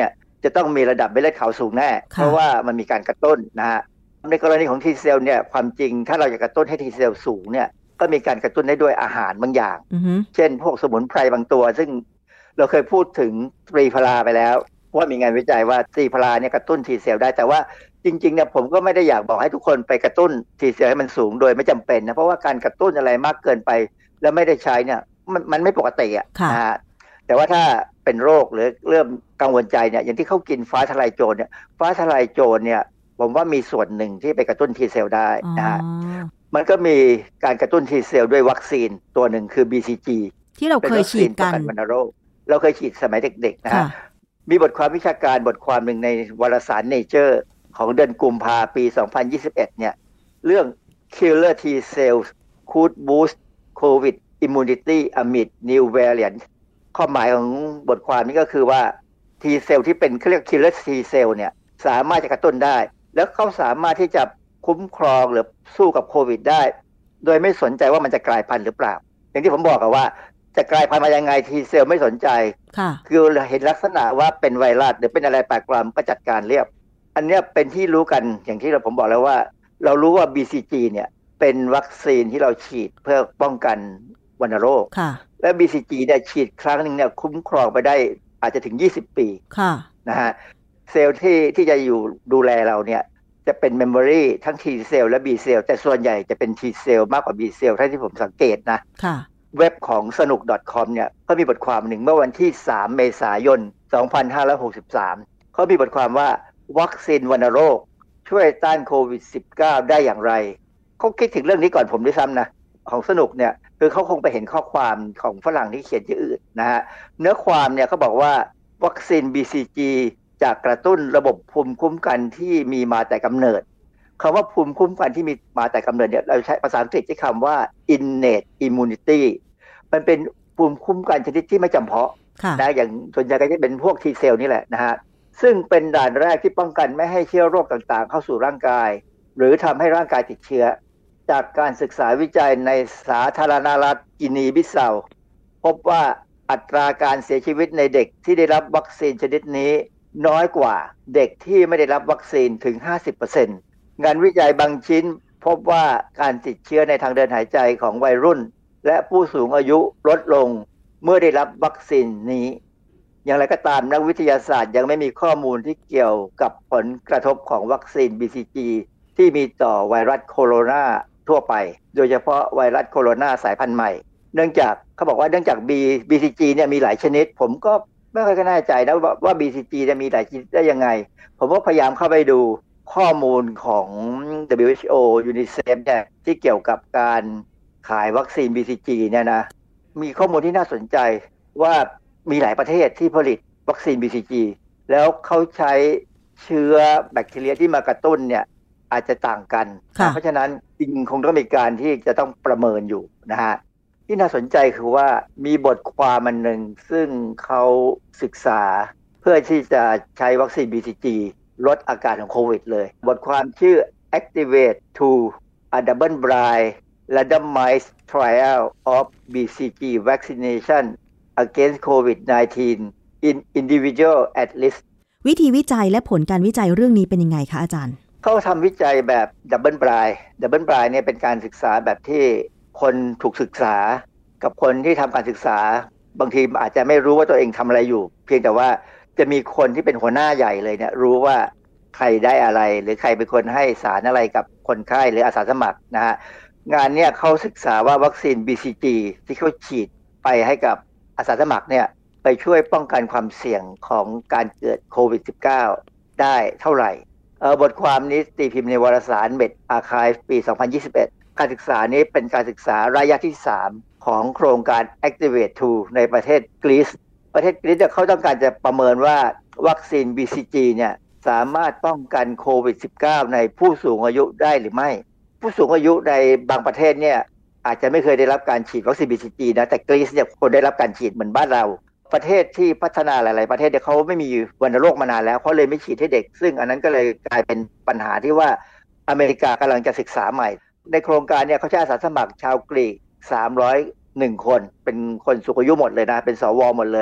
จะต้องมีระดับเม็ดเลือดขาวสูงแน่เพราะว่ามันมีการกระตุ้นนะฮะในกรณีของ T เซลล์เนี่ยความจริงถ้าเราจะกระตุ้นให้ T เซลล์สูงเนี่ยก็มีการกระตุ้นได้ด้วยอาหารบางอย่าง uh-huh. เช่นพวกสมุนไพรบางตัวซึ่งเราเคยพูดถึงตรีพลาไปแล้วว่ามีงานวิจัยว่าตรีพลาเนี่ยกระตุ้น T เซลล์ได้แต่ว่าจริงๆเนี่ยผมก็ไม่ได้อยากบอกให้ทุกคนไปกระตุ้น T เซลล์ให้มันสูงโดยไม่จำเป็นนะเพราะว่าการกระตุ้นอะไรมากเกินไปแล้วไม่ได้ใช้เนี่ยมันมันไม่ปกติอ่ะนะฮะแต่ว่าถ้าเป็นโรคหรือเริ่มกังวลใจเนี่ยอย่างที่เขากินฟ้าทะลายโจรเนี่ยฟ้าทะลายโจรเนี่ยผมว่ามีส่วนหนึ่งที่ไปกระตุ้น T เซลล์ได้นะฮะมันก็มีการกระตุ้น T เซลล์ด้วยวัคซีนตัวหนึ่งคือ บี ซี จีที่เราเคยฉีดกันวัณโรคเราเคยฉีดสมัยเด็กๆนะฮะมีบทความวิชาการบทความหนึ่งในวารสาร Nature ของเดือนกุมภาพันธ์ปีสองพันยี่สิบเอ็ดเนี่ยเรื่อง Killer T cells could boost COVID immunity amid new variant ข้อหมายของบทความนี้ก็คือว่า T เซลล์ที่เป็นเขาเรียก Killer T cell เนี่ยสามารถจะกระตุ้นได้แล้วเขาสามารถที่จะคุ้มครองหรือสู้กับโควิดได้โดยไม่สนใจว่ามันจะกลายพันธุ์หรือเปล่าอย่างที่ผมบอกอะว่าจะกลายพันธุ์มายังไง T เซลล์ไม่สนใจคือเห็นลักษณะว่าเป็นไวรัสหรือเป็นอะไรแปลกปลอมก็จัดการเรียบอันนี้เป็นที่รู้กันอย่างที่เราผมบอกแล้วว่าเรารู้ว่า บี ซี จี เนี่ยเป็นวัคซีนที่เราฉีดเพื่อป้องกันวัณโรคและ บี ซี จี เนี่ยฉีดครั้งนึงเนี่ยคุ้มครองไปได้อาจจะถึงยี่สิบปีนะฮะเซลล์ที่ที่จะอยู่ดูแลเราเนี่ยจะเป็นเมมโมรีทั้ง T เซลล์และ B เซลล์แต่ส่วนใหญ่จะเป็น T เซลล์มากกว่า B เซลล์เท่าที่ผมสังเกตนะเว็บของสนุก .com เนี่ยเขามีบทความหนึ่งเมื่อวันที่สามเมษายนสองพันห้าร้อยหกสิบสามเขามีบทความว่าวัคซีนวัณโรคช่วยต้านโควิด สิบเก้า ได้อย่างไรเขาคิดถึงเรื่องนี้ก่อนผมด้วยซ้ำนะของสนุกเนี่ยคือเขาคงไปเห็นข้อความของฝรั่งที่เขียนที่อื่นนะฮะเนื้อความเนี่ยเขาบอกว่าวัคซีน บี ซี จี จะกระตุ้นระบบภูมิคุ้มกันที่มีมาแต่กำเนิดคำว่าภูมิคุ้มกันที่มีมาแต่กำเนิดเนี่ยเราใช้ภาษาอังกฤษใช้คำว่า innate immunity มันเป็นภูมิคุ้มกันชนิดที่ไม่จำเพาะนะอย่างส่วนใหญ่ก็จะเป็นพวก T เซลล์นี่แหละนะฮะซึ่งเป็นด่านแรกที่ป้องกันไม่ให้เชื้อโรคต่างๆเข้าสู่ร่างกายหรือทำให้ร่างกายติดเชื้อจากการศึกษาวิจัยในสาธารณรัฐกินีบิสเซาพบว่าอัตราการเสียชีวิตในเด็กที่ได้รับวัคซีนชนิดนี้น้อยกว่าเด็กที่ไม่ได้รับวัคซีนถึง ห้าสิบเปอร์เซ็นต์ งานวิจัยบางชิ้นพบว่าการติดเชื้อในทางเดินหายใจของวัยรุ่นและผู้สูงอายุลดลงเมื่อได้รับวัคซีนนี้อย่างไรก็ตามนักวิทยาศาสตร์ยังไม่มีข้อมูลที่เกี่ยวกับผลกระทบของวัคซีน บี ซี จี ที่มีต่อไวรัสโคโรนาทั่วไปโดยเฉพาะไวรัสโคโรนาสายพันธุ์ใหม่เนื่องจากเขาบอกว่าเนื่องจาก B บี ซี จี เนี่ยมีหลายชนิดผมก็ไม่ค่อยแน่ใจนะว่าว่า บี ซี จี จะมีหลายชนิดได้ยังไงผมก็พยายามเข้าไปดูข้อมูลของ ดับเบิลยู เอช โอ ยูนิเซฟ เนี่ยที่เกี่ยวกับการขายวัคซีน บี ซี จี เนี่ยนะมีข้อมูลที่น่าสนใจว่ามีหลายประเทศที่ผลิตวัคซีน บี ซี จี แล้วเขาใช้เชื้อแบคทีเรียที่มากระตุ้นเนี่ยอาจจะต่างกันเพราะฉะนั้นจริงคงต้องมีการที่จะต้องประเมินอยู่นะฮะที่น่าสนใจคือว่ามีบทความอันหนึ่งซึ่งเขาศึกษาเพื่อที่จะใช้วัคซีน บี ซี จี ลดอาการของโควิดเลยบทความชื่อ Activate to a Double Blind Randomized Trial of บี ซี จี Vaccination Against โควิด สิบเก้า in Individual at Risk วิธีวิจัยและผลการวิจัยเรื่องนี้เป็นยังไงคะอาจารย์เขาทำวิจัยแบบ Double Blind Double Blind เนี่ยเป็นการศึกษาแบบที่คนถูกศึกษากับคนที่ทำการศึกษาบางทีอาจจะไม่รู้ว่าตัวเองทำอะไรอยู่เพียงแต่ว่าจะมีคนที่เป็นหัวหน้าใหญ่เลยเนี่ยรู้ว่าใครได้อะไรหรือใครเป็นคนให้สารอะไรกับคนไข้หรืออาสาสมัครนะฮะงานเนี่ยเขาศึกษาว่าวัคซีน บี ซี จี ที่เขาฉีดไปให้กับอาสาสมัครเนี่ยไปช่วยป้องกันความเสี่ยงของการเกิดโควิด สิบเก้า ได้เท่าไหร่เอ่อบทความนี้ตีพิมพ์ในวารสาร Med Archive ปี สองพันยี่สิบเอ็ด การศึกษานี้เป็นการศึกษาระยะที่สามของโครงการ Activate ทู ในประเทศกรีซประเทศกรีซเขาต้องการจะประเมินว่าวัคซีน บี ซี จี เนี่ยสามารถป้องกันโควิด สิบเก้า ในผู้สูงอายุได้หรือไม่ผู้สูงอายุในบางประเทศเนี่ยอาจจะไม่เคยได้รับการฉีดวัคซีน บี ซี จี นะแต่กรีซเนี่ยคนได้รับการฉีดเหมือนบ้านเราประเทศที่พัฒนาหลายๆประเทศเนี่ยเขาไม่มีวัณโรคมานานแล้วเขาเลยไม่ฉีดให้เด็กซึ่งอันนั้นก็เลยกลายเป็นปัญหาที่ว่าอเมริกากำลังจะศึกษาใหม่ในโครงการเนี่ยเขาใช้อาสาสมัครชาวกรีกสามร้อยเอ็ดคนเป็นคนสูงอายุหมดเลยนะเป็นสวหมดเลยเข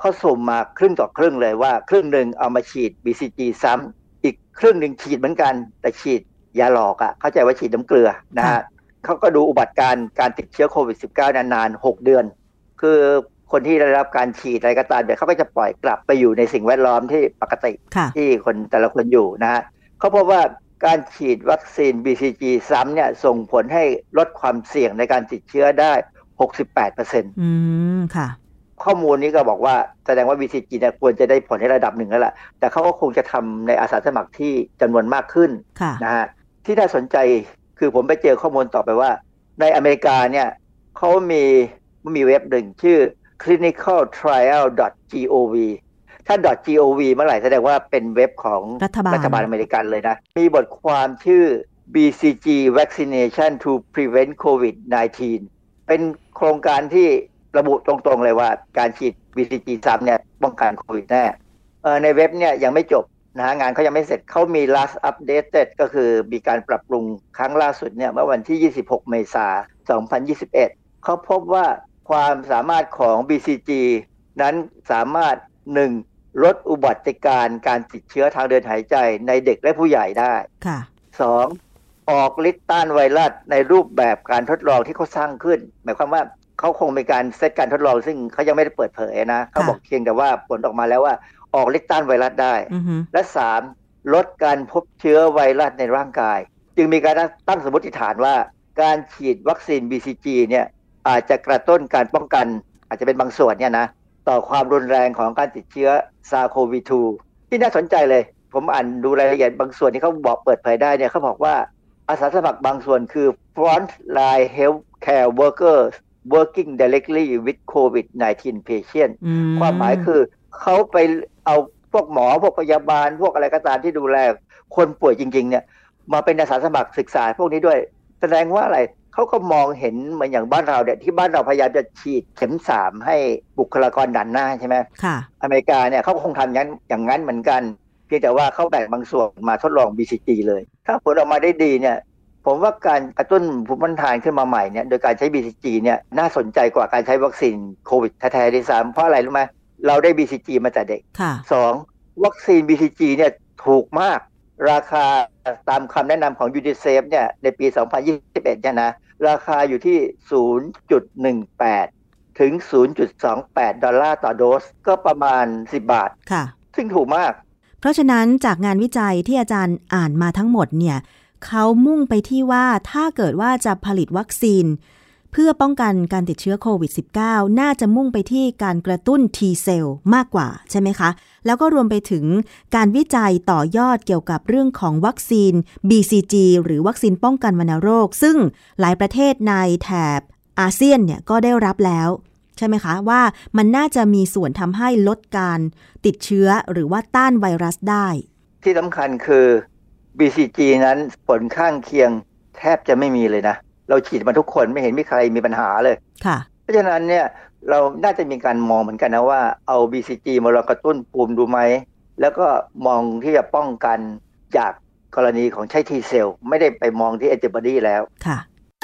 เขาสุ่มมาครึ่งต่อครึ่งเลยว่าครึ่งหนึ่งเอามาฉีด บี ซี จี ซ้ำอีกครึ่งหนึ่งฉีดเหมือนกันแต่ฉีดยาหลอกอ่ะเข้าใจว่าฉีดน้ำเกลือนะฮะเขาก็ดูอุบัติการการติดเชื้อโควิด สิบเก้า นานๆหกเดือนคือคนที่ได้รับการฉีดอะไรก็ตามเดี๋ยวเขาก็จะปล่อยกลับไปอยู่ในสิ่งแวดล้อมที่ปกติที่คนแต่ละคนอยู่นะฮะเขาพบว่าการฉีดวัคซีน บี ซี จี ซ้ำเนี่ยส่งผลให้ลดความเสี่ยงในการติดเชื้อได้ หกสิบแปดเปอร์เซ็นต์อืมค่ะข้อมูลนี้ก็บอกว่าแสดงว่า บี ซี จี เนี่ยควรจะได้ผลในระดับหนึ่งแล้วล่ะแต่เขาก็คงจะทำในอาสาสมัครที่จำนวนมากขึ้นนะฮะที่น่าสนใจคือผมไปเจอข้อมูลต่อไปว่าในอเมริกาเนี่ยเขามีมีเว็บหนึ่งชื่อ คลินิคอลทริอัล ดอท จี โอ วี ถ้า .gov เมื่อไหร่แสดงว่าเป็นเว็บของรัฐบาลรัฐบาลอเมริกันเลยนะมีบทความชื่อ บี ซี จี Vaccination to Prevent โควิด สิบเก้า เป็นโครงการที่ระบุตรงๆเลยว่าการฉีด บี ซี จี ซ้ำเนี่ยป้องกันโควิดแน่เอ่อในเว็บเนี่ยยังไม่จบนะฮะงานเขายังไม่เสร็จเขามี last updated ก็คือมีการปรับปรุงครั้งล่าสุดเนี่ยเมื่อวันที่ยี่สิบหกเมษายนสองพันยี่สิบเอ็ดเขาพบว่าความสามารถของ บี ซี จี นั้นสามารถหนึ่งลดอุบัติการการติดเชื้อทางเดินหายใจในเด็กและผู้ใหญ่ได้ค่ะสองออกฤทธิ์ต้านไวรัสในรูปแบบการทดลองที่เขาสร้างขึ้นหมายความว่าเขาคงมีการเซตการทดลองซึ่งเขายังไม่ได้เปิดเผยนะเขาบอกเพียงแต่ว่าผลออกมาแล้วว่าออกฤทธิ์ต้านไวรัสได้ uh-huh. และสามลดการพบเชื้อไวรัสในร่างกายจึงมีการตั้งสมมติฐานว่าการฉีดวัคซีน บี ซี จี เนี่ยอาจจะกระตุ้นการป้องกันอาจจะเป็นบางส่วนเนี่ยนะต่อความรุนแรงของการติดเชื้อ ซาร์ส โควี ทู ที่น่าสนใจเลยผมอ่านดูรายละเอียดบางส่วนที่เขาบอกเปิดเผยได้เนี่ยเขาบอกว่าอาสาสมัครบางส่วนคือ front line healthcare workers working directly with โควิด สิบเก้า patient ความหมายคือเขาไปเอาพวกหมอพวกพยาบาลพวกอะไรก็ตามที่ดูแลคนป่วยจริงๆเนี่ยมาเป็นอาสาสมัครศึกษาพวกนี้ด้วยแสดงว่าอะไรเขาก็มองเห็นเหมือนอย่างบ้านเราเนี่ยที่บ้านเราพยายามจะฉีดเข็มสามให้บุคลากรด่านหน้าใช่ไหมค่ะอเมริกาเนี่ยเขาคงทำอย่างนั้นอย่างนั้นเหมือนกันเพียงแต่ว่าเขาแบ่งบางส่วนมาทดลอง บี ซี จี เลยถ้าผลออกมาได้ดีเนี่ยผมว่าการกระตุ้นภูมิต้านทานขึ้นมาใหม่เนี่ยโดยการใช้ บี ซี จี เนี่ยน่าสนใจกว่าการใช้วัคซีนโควิดแท้ๆด้วยซ้ำเพราะอะไรรู้ไหมเราได้ บี ซี จี มาแต่เด็กสองวัคซีน บี ซี จี เนี่ยถูกมากราคาตามคำแนะนำของ ยูนิเซฟ เนี่ยในปีสองพันยี่สิบเอ็ดเนี่ยนะราคาอยู่ที่ ศูนย์จุดหนึ่งแปด ถึง ศูนย์จุดสองแปด ดอลลาร์ต่อโดสก็ประมาณสิบบาทค่ะซึ่งถูกมากเพราะฉะนั้นจากงานวิจัยที่อาจารย์อ่านมาทั้งหมดเนี่ยเขามุ่งไปที่ว่าถ้าเกิดว่าจะผลิตวัคซีนเพื่อป้องกันการติดเชื้อโควิด สิบเก้า น่าจะมุ่งไปที่การกระตุ้น T เซลล์มากกว่าใช่ไหมคะแล้วก็รวมไปถึงการวิจัยต่อยอดเกี่ยวกับเรื่องของวัคซีน บี ซี จี หรือวัคซีนป้องกันวัณโรคซึ่งหลายประเทศในแถบอาเซียนเนี่ยก็ได้รับแล้วใช่ไหมคะว่ามันน่าจะมีส่วนทำให้ลดการติดเชื้อหรือว่าต้านไวรัสได้ที่สำคัญคือ บี ซี จี นั้นผลข้างเคียงแทบจะไม่มีเลยนะเราฉีดมาทุกคนไม่เห็นมีใครมีปัญหาเลยค่ะเพราะฉะนั้นเนี่ยเราน่าจะมีการมองเหมือนกันนะว่าเอา บี ซี จี มาลองกระตุ้นภูมิดูไหมแล้วก็มองที่จะป้องกันจากกรณีของใช้ T เซลล์ไม่ได้ไปมองที่แอนติบอดีแล้วค่ะ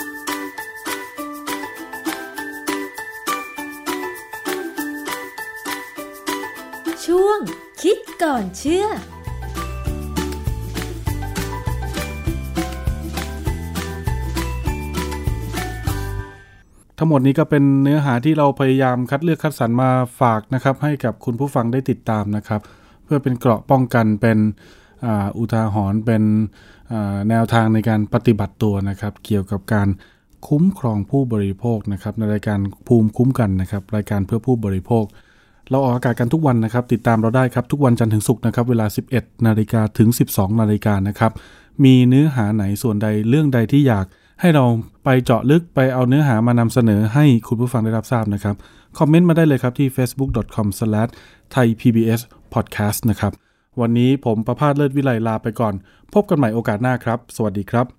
ช่วงคิดก่อนเชื่อทั้งหมดนี้ก็เป็นเนื้อหาที่เราพยายามคัดเลือกคัดสรรมาฝากนะครับให้กับคุณผู้ฟังได้ติดตามนะครับเพื่อเป็นเกราะป้องกันเป็นอุทาหรณ์เป็นแนวทางในการปฏิบัติตัวนะครับเกี่ยวกับการคุ้มครองผู้บริโภคนะครับในรายการภูมิคุ้มกันนะครับรายการเพื่อผู้บริโภคเราออกอากาศกันทุกวันนะครับติดตามเราได้ครับทุกวันจันทร์ถึงศุกร์นะครับเวลา สิบเอ็ดนาฬิกา ถึง สิบสองนาฬิกานะครับมีเนื้อหาไหนส่วนใดเรื่องใดที่อยากให้เราไปเจาะลึกไปเอาเนื้อหามานำเสนอให้คุณผู้ฟังได้รับทราบนะครับคอมเมนต์มาได้เลยครับที่ เฟซบุ๊ก ดอท คอม สแลช ไทย พี บี เอส พอดแคสต์ นะครับวันนี้ผมประภาสเลิศวิไลลาไปก่อนพบกันใหม่โอกาสหน้าครับสวัสดีครับ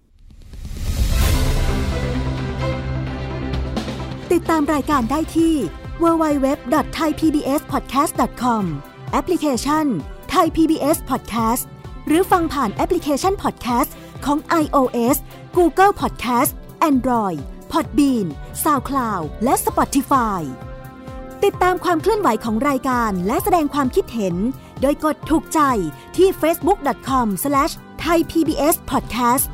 ติดตามรายการได้ที่ ดับเบิลยู ดับเบิลยู ดับเบิลยู ดอท ไทย พี บี เอส พอดแคสต์ ดอท คอม แอปพลิเคชัน Thai พี บี เอส Podcast หรือฟังผ่านแอปพลิเคชัน Podcast ของ iOS Google Podcast Android Podbean SoundCloud และ Spotify ติดตามความเคลื่อนไหวของรายการและแสดงความคิดเห็นโดยกดถูกใจที่ เฟซบุ๊ก ดอท คอม สแลช ไทย พี บี เอส พอดแคสต์